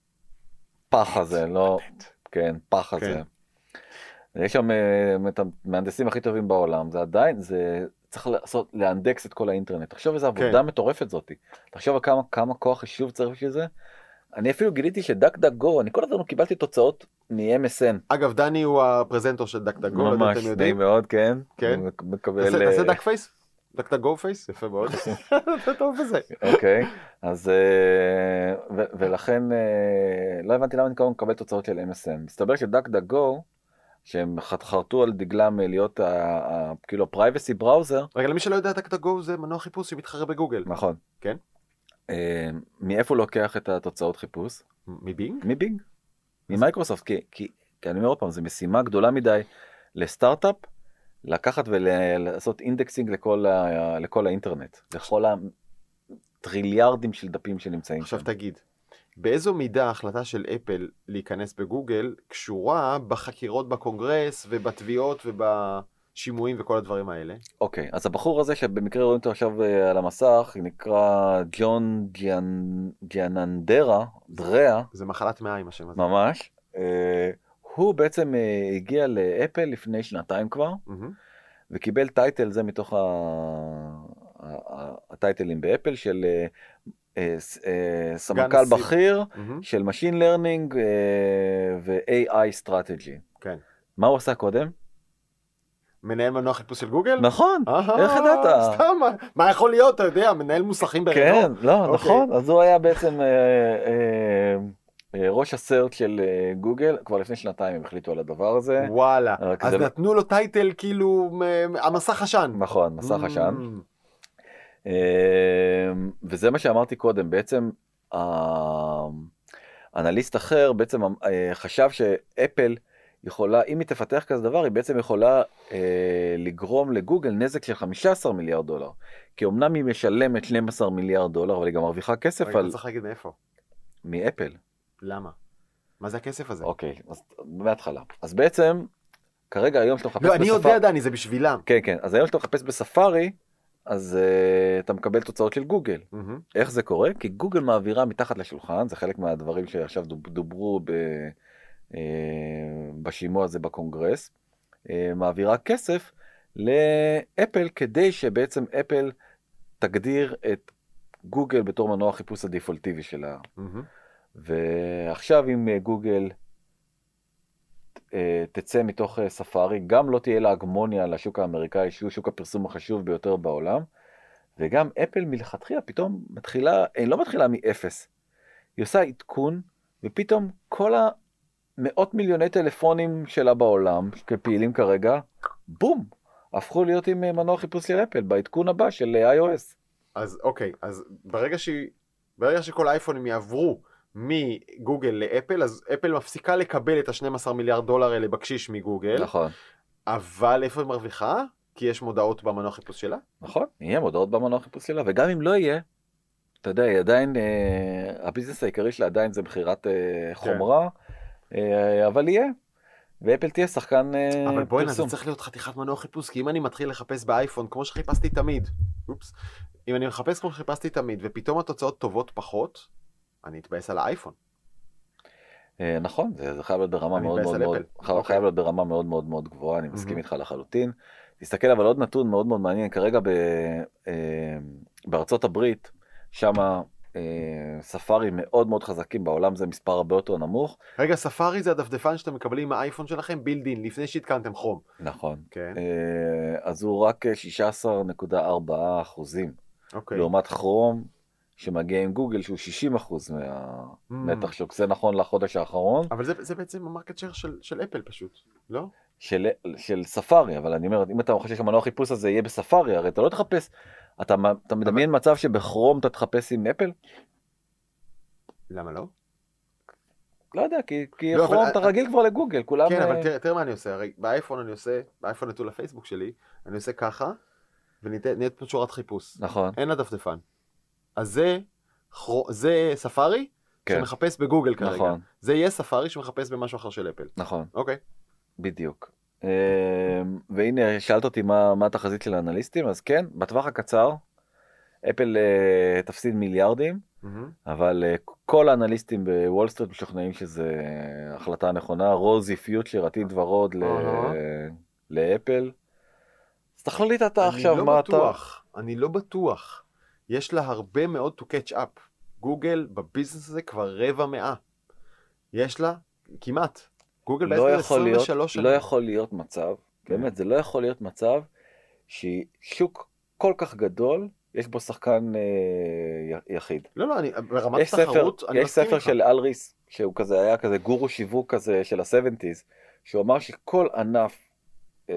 הפח הזה, לא... כן, פח הזה. כן. יש שם את המהנדסים הכי טובים בעולם, זה עדיין, זה צריך לעשות, לאנדקס את כל האינטרנט. תחשוב איזו עבודה כן. מטורפת זאת. תחשוב על כמה, כמה כוח חישוב צריך בשביל זה. אני אפילו גיליתי שדק דק גו, אני כל הזמן קיבלתי תוצאות מ-אם אס אן. אגב, דני הוא הפרזנטור של דק דק גו, ממש, נעים מאוד, כן. כן. מקבל... תעשה דק פייס? דק דק גו פייס? יפה מאוד. אתה טוב בזה. אוקיי, אז... ולכן, לא הבנתי למה אני כבר מקבל תוצאות של אם אס אן. מסתבר שדק דק גו, שהם חרטו על דגלם להיות כאילו פרייבסי בראוזר. רגע, למי שלא יודע, דק-דק-גו זה מנוע חיפוש שמתחרה בגוגל. נכון. כן? מאיפה לוקח את התוצאות חיפוש? מבינג? מבינג. ממייקרוסופט, כי אני אומר עוד פעם, זו משימה גדולה מדי לסטארט-אפ, לקחת ולעשות אינדקסינג לכל האינטרנט. לכל הטריליארדים של דפים שנמצאים שם. עכשיו תגיד. באיזו מידה ההחלטה של אפל להיכנס בגוגל קשורה בחקירות בקונגרס ובתביעות ובשימועים וכל הדברים האלה? אוקיי, אז הבחור הזה שבמקרה רואים אותו עכשיו על המסך, נקרא ג'ון ג'יאננדרה, דריה. זה מחלת מעיים השם הזה. ממש. הוא בעצם הגיע לאפל לפני שנתיים כבר, וקיבל טייטל, זה מתוך הטייטלים באפל של... סמנכ"ל בכיר של Machine Learning ו-איי איי Strategy. כן. מה הוא עשה קודם? מנהל מנוע חיפוש של גוגל? נכון, איך ידעת? סתם, מה יכול להיות, אתה יודע, מנהל מוסכים ברנור? כן, לא, נכון, אז הוא היה בעצם ראש הסרט של גוגל, כבר לפני שנתיים הם החליטו על הדבר הזה. וואלה, אז נתנו לו טייטל כאילו, המסך עשן. נכון, מסך עשן. וזה מה שאמרתי קודם, בעצם אנליסט אחר בעצם חשב שאפל יכולה, אם היא תפתח כזה דבר, היא בעצם יכולה לגרום לגוגל נזק של חמישה עשר מיליארד דולר, כי אמנם היא משלמת שנים עשר מיליארד דולר, אבל היא גם מרוויחה כסף על... אתה צריך להגיד מאיפה? מאפל. למה? מה זה הכסף הזה? אוקיי, אז מההתחלה. אז בעצם, כרגע היום שאתה מחפש בספארי... לא, אני יודע, דני, זה בשבילם. כן, כן, אז היום שאתה מחפש בספארי, אז uh, אתה מקבל תוצאות של גוגל. Mm-hmm. איך זה קורה? כי גוגל מעבירה מתחת לשולחן, זה חלק מהדברים שעכשיו דוברו ב, uh, בשימוע הזה בקונגרס, uh, מעבירה כסף לאפל כדי שבעצם אפל תגדיר את גוגל בתור מנוע חיפוש הדפולטיבי שלה. Mm-hmm. ועכשיו אם גוגל תצא מתוך ספארי, גם לא תהיה לה הגמוניה לשוק האמריקאי, שהוא שוק הפרסום החשוב ביותר בעולם, וגם אפל מלכתחילה פתאום מתחילה, היא לא מתחילה מאפס, היא עושה עדכון, ופתאום כל המאות מיליוני טלפונים שלה בעולם, כפעילים כרגע, בום, הפכו להיות עם מנוע חיפוש של אפל, בעדכון הבא של iOS. אז אוקיי, אז ברגע, ש... ברגע שכל האייפונים יעברו, מגוגל לאפל, אז אפל מפסיקה לקבל את ה-שנים עשר מיליארד דולר האלה בקשיש מגוגל. נכון. אבל איפה היא מרוויחה? כי יש מודעות במנוע חיפוש שלה? נכון, יהיה מודעות במנוע חיפוש שלה, וגם אם לא יהיה, אתה יודע, היא עדיין, אה, הביזנס העיקרי שלה עדיין זה בחירת אה, חומרה, אבל יהיה. ואפל תהיה שחקן פרסום. אבל בואי, זה צריך להיות חתיכת מנוע חיפוש, כי אם אני מתחיל לחפש באייפון, כמו שחיפשתי תמיד, אופס, אם אני מחפש כמו שחיפשתי תמיד, ופתאום התוצאות טובות פחות, אני אתבאס על האייפון. נכון, זה חייב להיות ברמה מאוד מאוד מאוד, חייב להיות ברמה מאוד מאוד מאוד גבוהה, אני מסכים איתך לחלוטין. תסתכל, אבל עוד נתון מאוד מאוד מעניין, כרגע בארצות הברית, שמה ספארי מאוד מאוד חזקים, בעולם זה מספר הרבה יותר נמוך. רגע, ספארי זה הדפדפן שאתם מקבלים מהאייפון שלכם בילדין, לפני שהתקנתם חום. נכון. אז הוא רק שישה עשר נקודה ארבע אחוזים. לעומת כרום, שמגיע עם גוגל, שהוא שישים אחוז מהמתח שוק. זה נכון לחודש האחרון. אבל זה בעצם המרקט שייר של אפל פשוט, לא? של ספארי, אבל אני אומר, אם אתה חושב שהמנוע חיפוש הזה יהיה בספארי, הרי אתה לא תחפש, אתה, אתה מדמיין אבל... מצב שבכרום אתה תחפש עם אפל? למה לא? לא יודע, כי, כי לא, כרום אבל... אתה רגיל כבר לגוגל, כולם... כן, אבל תראה, תראה מה אני עושה, הרי באייפון אני עושה, באייפון נטול לפייסבוק שלי, אני עושה ככה, ונהיית פה שורת חיפוש. נכון. אין הדפדפן. אז זה, זה ספארי כן. שמחפש בגוגל כרגע. נכון. זה יהיה ספארי שמחפש במשהו אחר של אפל. נכון. אוקיי. בדיוק. והנה, שאלת אותי מה, מה התחזית של האנליסטים, אז כן, בטווח הקצר, אפל תפסיד מיליארדים, mm-hmm. אבל כל האנליסטים בוול סטריט משוכנעים שזה החלטה נכונה, רוזי פיוטשר, עתיד ורוד uh-huh. לאפל. אז תחליט אתה עכשיו לא מה בטוח, אתה... אני לא בטוח. יש לה הרבה מאוד to catch up. גוגל בביזנס הזה כבר רבע מאה. יש לה כמעט. גוגל בעצם עשרים ושלוש שנים. לא יכול להיות מצב, באמת, זה לא יכול להיות מצב ששוק כל כך גדול, יש בו שחקן אה, יחיד. לא, לא, אני, ברמת תחרות, אני מסכים איתך. יש ספר של אלריס, שהוא כזה, היה כזה גורו שיווק כזה של ה-שבעים, שהוא אמר שכל ענף, אה,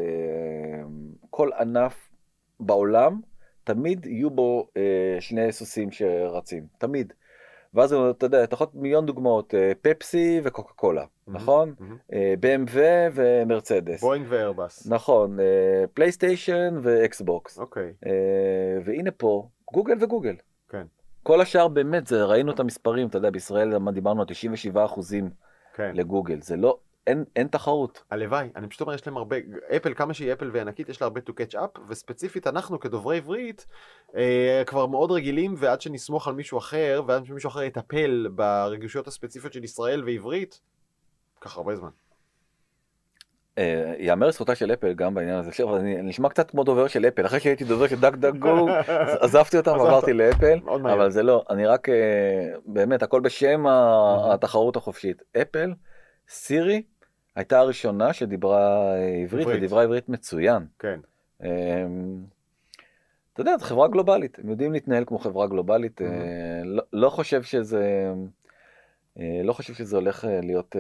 כל ענף בעולם, תמיד יהיו בו אה, שני סוסים שרצים, תמיד. ואז אתה יודע, אתה יכול מיליון דוגמאות, פפסי וקוקה קולה, נכון? בי אם דאבליו ומרצדס. בואינג ואיירבס. נכון, פלייסטיישן ואקסבוקס. אוקיי. והנה פה, גוגל וגוגל. כן. כל השאר באמת, זה, ראינו את המספרים, אתה יודע, בישראל דיברנו על תשעים ושבעה אחוזים לגוגל, זה לא, אין, אין תחרות. הלוואי, אני פשוט אומר, יש להם הרבה, אפל, כמה שהיא אפל וענקית, יש לה הרבה to catch up, וספציפית אנחנו כדוברי עברית, אה, כבר מאוד רגילים, ועד שנסמוך על מישהו אחר, ועד שמישהו אחר יטפל ברגישויות הספציפיות של ישראל ועברית, כך הרבה זמן. אה, יאמר לזכותה של אפל גם בעניין הזה, אבל אני נשמע קצת כמו דובר של אפל, אחרי שהייתי דובר של דק דק גו, עזבתי אותם ועברתי לאפל, אבל זה לא, אני רק, באמת, הכל בשם התחרות החופשית. אפל, סירי, הייתה הראשונה שדיברה עברית, ודיברה עברית מצוין. כן. אתה יודע, זו חברה גלובלית, הם יודעים להתנהל כמו חברה גלובלית, לא חושב שזה, לא חושב שזה הולך להיות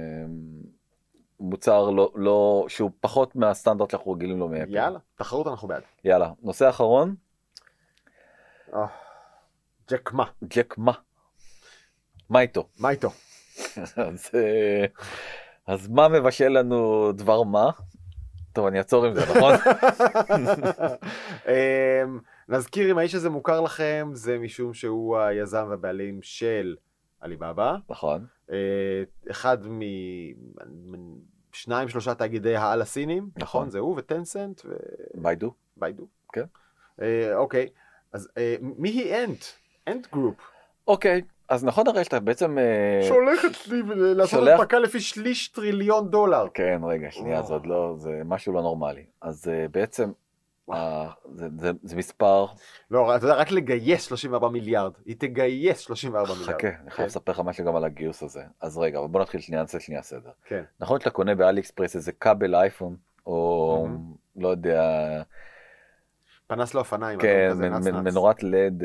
מוצר לא, שהוא פחות מהסטנדרט שאנחנו רגילים לו מאפל. יאללה, תחרות אנחנו בעד. יאללה, נושא אחרון. ג'ק מה? ג'ק מה? מה איתו? מה איתו? אז... אז מה מבשל לנו דבר מה? טוב, אני אעצור עם זה, נכון? נזכיר אם האיש הזה מוכר לכם, זה משום שהוא היזם והבעלים של עליבאבא. נכון. אחד משניים, שלושה תאגידי העל הסינים, נכון? זה הוא וטנסנט ו... ביידו. ביידו. כן. אוקיי, אז מי היא אנט? אנט גרופ. אוקיי. אז נכון הרי שאתה בעצם... שהולכת לעשות הדפקה לפי שליש טריליון דולר. כן, רגע, שנייה, זה עוד לא, זה משהו לא נורמלי. אז בעצם, זה מספר... לא, אתה יודע, רק לגייס שלושים וארבעה מיליארד. היא תגייס שלושים וארבעה מיליארד. חכה, אני חייב לספר לך משהו גם על הגיוס הזה. אז רגע, בוא נתחיל שנייה, נעשה שנייה סדר. כן. נכון שאתה קונה באלי אקספרס איזה כבל אייפון, או לא יודע... פנס לאופניים. כן, מנורת לד...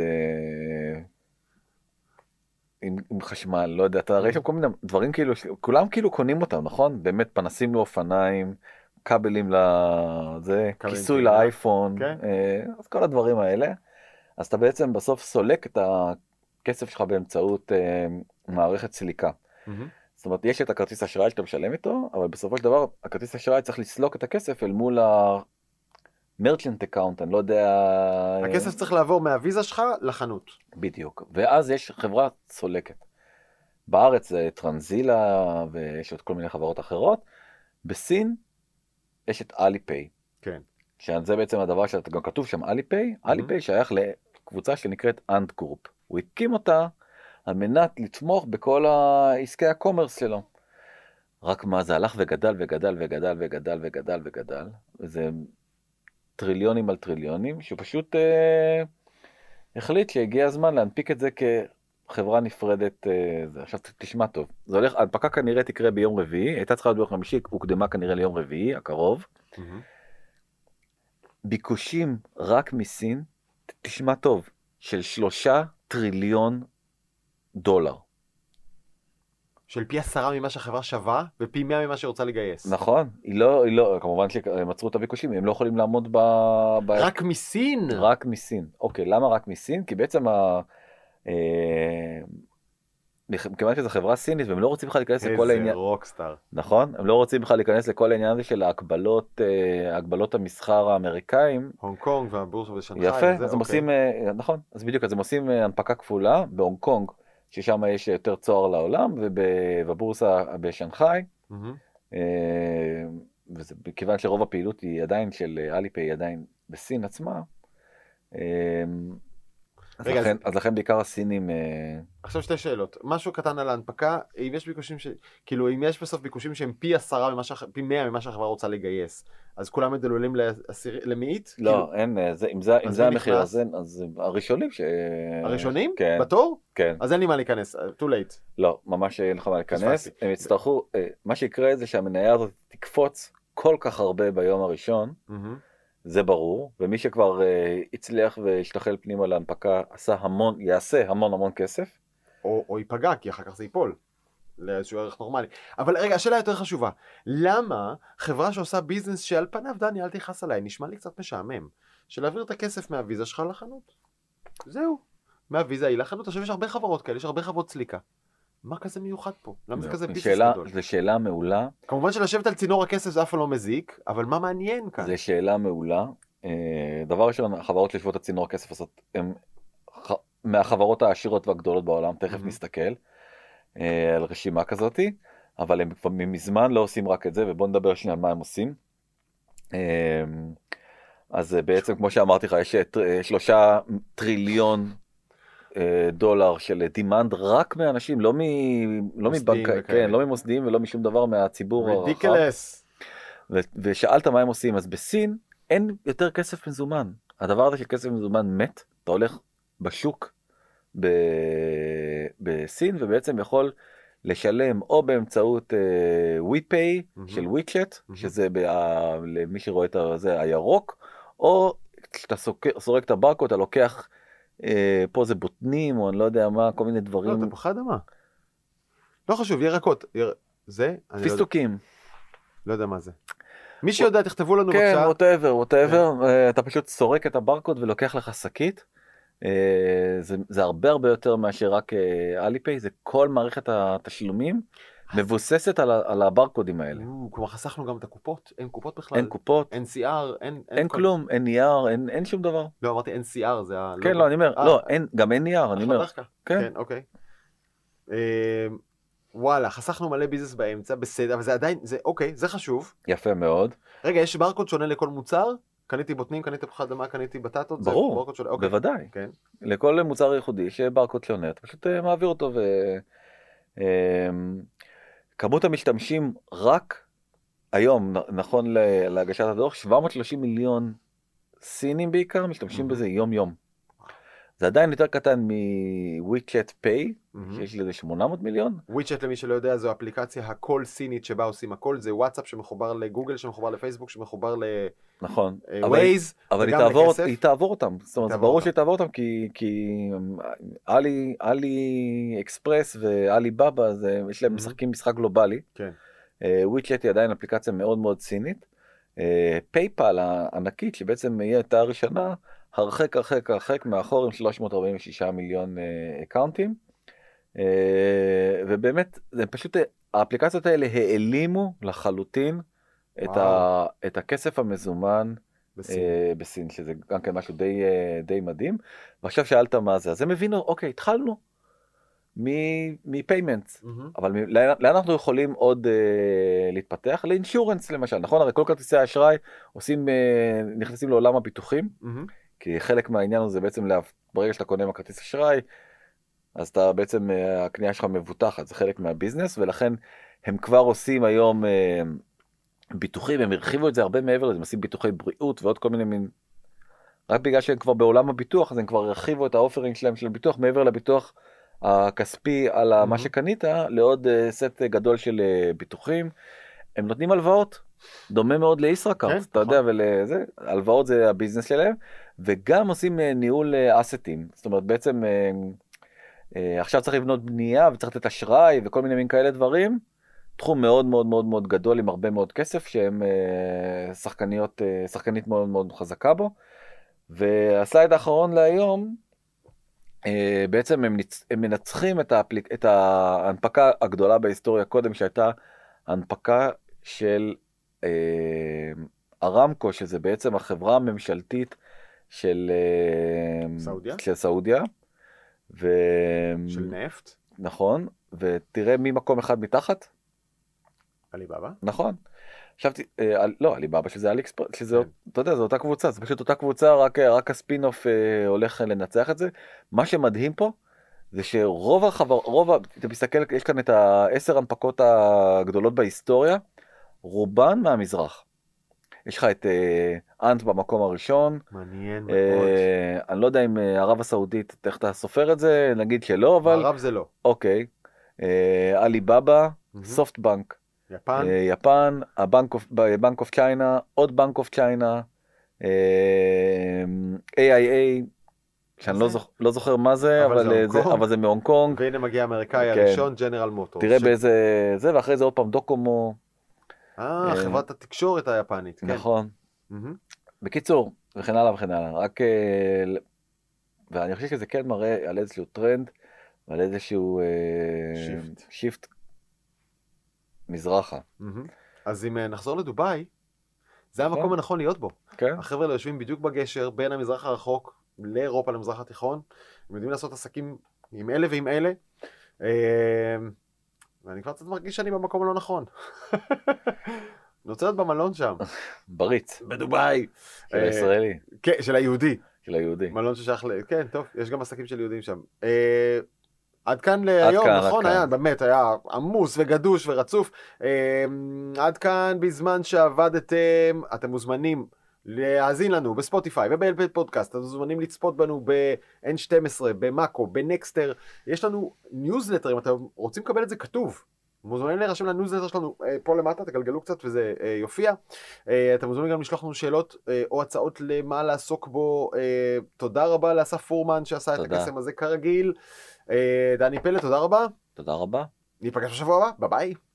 עם, עם חשמל, לא יודע, אתה ראי שם כל מיני דברים כאילו, כולם כאילו קונים אותם, נכון? באמת פנסים לאופניים, כבלים לזה, כיסוי לאייפון, כן. אה, אז כל הדברים האלה. אז אתה בעצם בסוף סולק את הכסף שלך באמצעות אה, מערכת סליקה. Mm-hmm. זאת אומרת, יש את הכרטיס אשראי שאתה משלם איתו, אבל בסופו של דבר, הכרטיס אשראי צריך לסלוק את הכסף אל מול ה... מרצ'נט אקאונט, אני לא יודע... הכסף צריך לעבור מהוויזה שלך לחנות. בדיוק. ואז יש חברה סולקת. בארץ זה טרנזילה ויש עוד כל מיני חברות אחרות. בסין יש את אליפיי. כן. שזה בעצם הדבר שגם כתוב שם אליפיי. אליפיי שייך לקבוצה שנקראת אנט גרופ. הוא הקים אותה על מנת לתמוך בכל העסקי הקומרס שלו. רק מה, זה הלך וגדל וגדל וגדל וגדל וגדל וגדל. וזה טריליונים על טריליונים, שהוא פשוט אה, החליט שהגיע הזמן להנפיק את זה כחברה נפרדת. אה, זה. עכשיו תשמע טוב, זה הולך, ההנפקה כנראה תקרה ביום רביעי, הייתה צריכה להיות ביום חמישי, הוקדמה כנראה ליום רביעי הקרוב. Mm-hmm. ביקושים רק מסין, תשמע טוב, של שלושה טריליון דולר. של פי עשרה ממה שהחברה שווה, ופי מאה ממה שרוצה לגייס. נכון, היא לא, היא לא, כמובן שהם עצרו את הביקושים, הם לא יכולים לעמוד ב... ב... רק מסין? רק מסין. אוקיי, למה רק מסין? כי בעצם ה... אה... כיוון שזו חברה סינית, והם לא רוצים בכלל להיכנס לכל העניין... איזה רוקסטאר. נכון? הם לא רוצים בכלל להיכנס לכל העניין הזה של ההגבלות, הגבלות המסחר האמריקאים. הונג קונג והבורסה בשנגחאי. יפה, אז אוקיי. הם עושים, נכון, אז בדיוק, אז הם עושים הנפקה כפולה בהונג קונג, ששם יש יותר צוהר לעולם, ובבורסה בשנגחאי. Mm-hmm. וזה כיוון שרוב הפעילות היא עדיין של אליפיי, היא עדיין בסין עצמה. אז, רגע, לכן, אז... אז לכן בעיקר הסינים... עכשיו שתי שאלות. משהו קטן על ההנפקה, אם יש ביקושים ש... כאילו, אם יש בסוף ביקושים שהם פי עשרה, ממה ש... פי מאה ממה שהחברה רוצה לגייס, אז כולם מדלולים לעשיר... למאית? לא, כאילו... אין, זה, אם זה, אם זה המחיר, אז, אין, אז הראשונים ש... הראשונים? כן. בתור? כן. אז אין לי מה להיכנס, too late. לא, ממש אין לך מה להיכנס. הם יצטרכו, מה שיקרה זה שהמניה הזאת תקפוץ כל כך הרבה ביום הראשון, mm-hmm. זה ברור, ומי שכבר uh, הצליח והשתחל פנימה להנפקה, עשה המון, יעשה המון המון כסף. או, או ייפגע, כי אחר כך זה ייפול, לאיזשהו ערך נורמלי. אבל רגע, השאלה יותר חשובה, למה חברה שעושה ביזנס שעל פניו, דני, אל תיחס עליי, נשמע לי קצת משעמם, שלהעביר את הכסף מהוויזה שלך לחנות. זהו, מהוויזה היא לחנות, עכשיו יש הרבה חברות כאלה, יש הרבה חברות סליקה. מה כזה מיוחד פה? למה זה כזה ביזנס גדול? זו שאלה מעולה. כמובן שלשבת על צינור הכסף זה אף פעם לא מזיק, אבל מה מעניין כאן? זו שאלה מעולה. דבר ראשון, החברות שיושבות על צינור הכסף הזאת, הן מהחברות העשירות והגדולות בעולם, תכף נסתכל על רשימה כזאת, אבל הם כבר מזמן לא עושים רק את זה, ובואו נדבר שנייה על מה הם עושים. אז בעצם, כמו שאמרתי לך, יש שלושה טריליון דולר של דימנד רק מאנשים, לא מבנקאים, כן, לא ממוסדיים ולא משום דבר מהציבור הרחב. ושאלת מה הם עושים, אז בסין אין יותר כסף מזומן. הדבר הזה של כסף מזומן מת, אתה הולך בשוק בסין ובעצם יכול לשלם או באמצעות וויפיי של וויצ'ט, שזה למי שרואה את זה הירוק, או כשאתה סורק את הברקוד, אתה לוקח פה זה בוטנים, או אני לא יודע מה, כל מיני דברים. לא, אתה פחד מה? לא חשוב, ירקות. זה? פיסטוקים. לא יודע מה זה. מי שיודע, תכתבו לנו בבקשה. כן, ווטאבר, ווטאבר. אתה פשוט סורק את הברקוד ולוקח לך שקית. זה הרבה הרבה יותר מאשר רק אליפיי, זה כל מערכת התשלומים מבוססת על הברקודים האלה. כלומר, חסכנו גם את הקופות? אין קופות בכלל? אין קופות. אין סי אר? אין כלום, אין נייר, אין שום דבר. לא, אמרתי אין סי אר, זה ה... כן, לא, אני אומר, לא, גם אין נייר, אני אומר. כן, אוקיי. וואלה, חסכנו מלא ביזנס באמצע, בסדר, אבל זה עדיין, זה אוקיי, זה חשוב. יפה מאוד. רגע, יש ברקוד שונה לכל מוצר? קניתי בוטנים, קניתי פחד למה, קניתי בטטות? ברור, בוודאי. לכל מוצר ייחודי יש ברקוד שונה, אתה פשוט מעביר אותו ו... כמות המשתמשים רק היום, נכון להגשת הדוח, שבע מאות ושלושים מיליון סינים בעיקר משתמשים בזה יום יום. זה עדיין יותר קטן מ-WeChat Pay, שיש לזה שמונה מאות מיליון. WeChat, למי שלא יודע, זו אפליקציה הכל סינית שבה עושים הכל, זה וואטסאפ שמחובר לגוגל, שמחובר לפייסבוק, שמחובר ל-Waze, נכון, אבל היא תעבור אותם, זאת אומרת, זה ברור שהיא תעבור אותם, כי אלי אקספרס ואלי בבא, יש להם משחקים משחק גלובלי. WeChat היא עדיין אפליקציה מאוד מאוד סינית. פייפל הענקית, שבעצם היא הייתה הראשונה, הרחק הרחק הרחק מאחור עם שלוש מאות ארבעים ושישה מיליון אקאונטים, ובאמת זה פשוט האפליקציות האלה העלימו לחלוטין את, ה, את הכסף המזומן בסין. בסין, שזה גם כן משהו די, די מדהים. ועכשיו שאלת מה זה, אז הם הבינו, אוקיי, התחלנו, מפיימנט. אבל לאן אנחנו יכולים עוד להתפתח? לאינשורנס למשל, נכון? הרי כל כרטיסי האשראי עושים, נכנסים לעולם הביטוחים, כי חלק מהעניין הזה בעצם, ברגע שאתה קונה מכרטיס אשראי, אז אתה בעצם, הקנייה שלך מבוטחת, זה חלק מהביזנס, ולכן הם כבר עושים היום ביטוחים, הם הרחיבו את זה הרבה מעבר לזה, הם עושים ביטוחי בריאות ועוד כל מיני מין, רק בגלל שהם כבר בעולם הביטוח, אז הם כבר הרחיבו את האופרינג שלהם של הביטוח, מעבר לביטוח הכספי על mm-hmm. מה שקנית, לעוד uh, סט גדול של uh, ביטוחים. הם נותנים הלוואות, דומה מאוד לישראכרט, כן, אתה נכון. יודע, ולזה, הלוואות זה הביזנס שלהם, וגם עושים uh, ניהול אסטים, uh, זאת אומרת בעצם uh, uh, עכשיו צריך לבנות בנייה וצריך לתת אשראי וכל מיני מין כאלה דברים, תחום מאוד מאוד מאוד מאוד גדול עם הרבה מאוד כסף, שהם uh, שחקניות, uh, שחקנית מאוד מאוד חזקה בו, והסלייד האחרון להיום, uh, בעצם הם, נצ... הם מנצחים את, האפליק... את ההנפקה הגדולה בהיסטוריה קודם, שהייתה ההנפקה של uh, ארמקו, שזה בעצם החברה הממשלתית של uh, סעודיה, של סעודיה. ו... של נפט. נכון, ותראה מי מקום אחד מתחת. עליבאבא. נכון. חשבתי, אה, לא, עליבאבא שזה אליקספרס, שזה, אתה יודע, זו אותה קבוצה, זה פשוט אותה קבוצה, רק, רק הספין-אוף אה, הולך לנצח את זה. מה שמדהים פה, זה שרוב החבר, רוב, אתה מסתכל, יש כאן את העשר הנפקות הגדולות בהיסטוריה, רובן מהמזרח. יש לך את אה, אנט במקום הראשון. מעניין אה, מאוד. אני לא יודע אם ערב הסעודית, איך אתה סופר את זה, נגיד שלא, אבל... ערב זה לא. אוקיי. אה, עליבאבא, סופט בנק. יפן, יפן, הבנק אוף צ'יינה, עוד בנק אוף צ'יינה, איי איי איי, שאני לא זוכר מה זה, אבל זה מהונג קונג. והנה מגיע האמריקאי הראשון, ג'נרל מוטורס. תראה באיזה זה, ואחרי זה עוד פעם דוקומו. אה, חברת התקשורת היפנית. נכון. בקיצור, וכן הלאה וכן הלאה. רק, ואני חושב שזה כן מראה על איזשהו טרנד, ועל איזשהו שיפט. מזרחה. אז אם נחזור לדוביי, זה המקום הנכון להיות בו. החבר'ה האלה יושבים בדיוק בגשר בין המזרח הרחוק לאירופה, למזרח התיכון. הם יודעים לעשות עסקים עם אלה ועם אלה. ואני כבר קצת מרגיש שאני במקום הלא נכון. אני רוצה להיות במלון שם. בריץ. בדוביי. של הישראלי. כן, של היהודי. של היהודי. מלון ששייך ל... כן, טוב, יש גם עסקים של יהודים שם. עד כאן להיום, נכון, היה, באמת, היה עמוס וגדוש ורצוף. עד כאן בזמן שעבדתם, אתם מוזמנים להאזין לנו בספוטיפיי ובאלפד פודקאסט, אתם מוזמנים לצפות בנו ב-אן שתים עשרה, במאקו, בנקסטר. יש לנו ניוזלטר, אם אתם רוצים לקבל את זה כתוב. מוזמנים להירשם לניוזלטר שלנו פה למטה, תגלגלו קצת וזה יופיע. אתם מוזמנים גם לשלוח לנו שאלות או הצעות למה לעסוק בו. תודה רבה לאסף פורמן שעשה את הקסם הזה כרגיל. דני פלד, תודה רבה. תודה רבה. ניפגש בשבוע הבא, ביי ביי.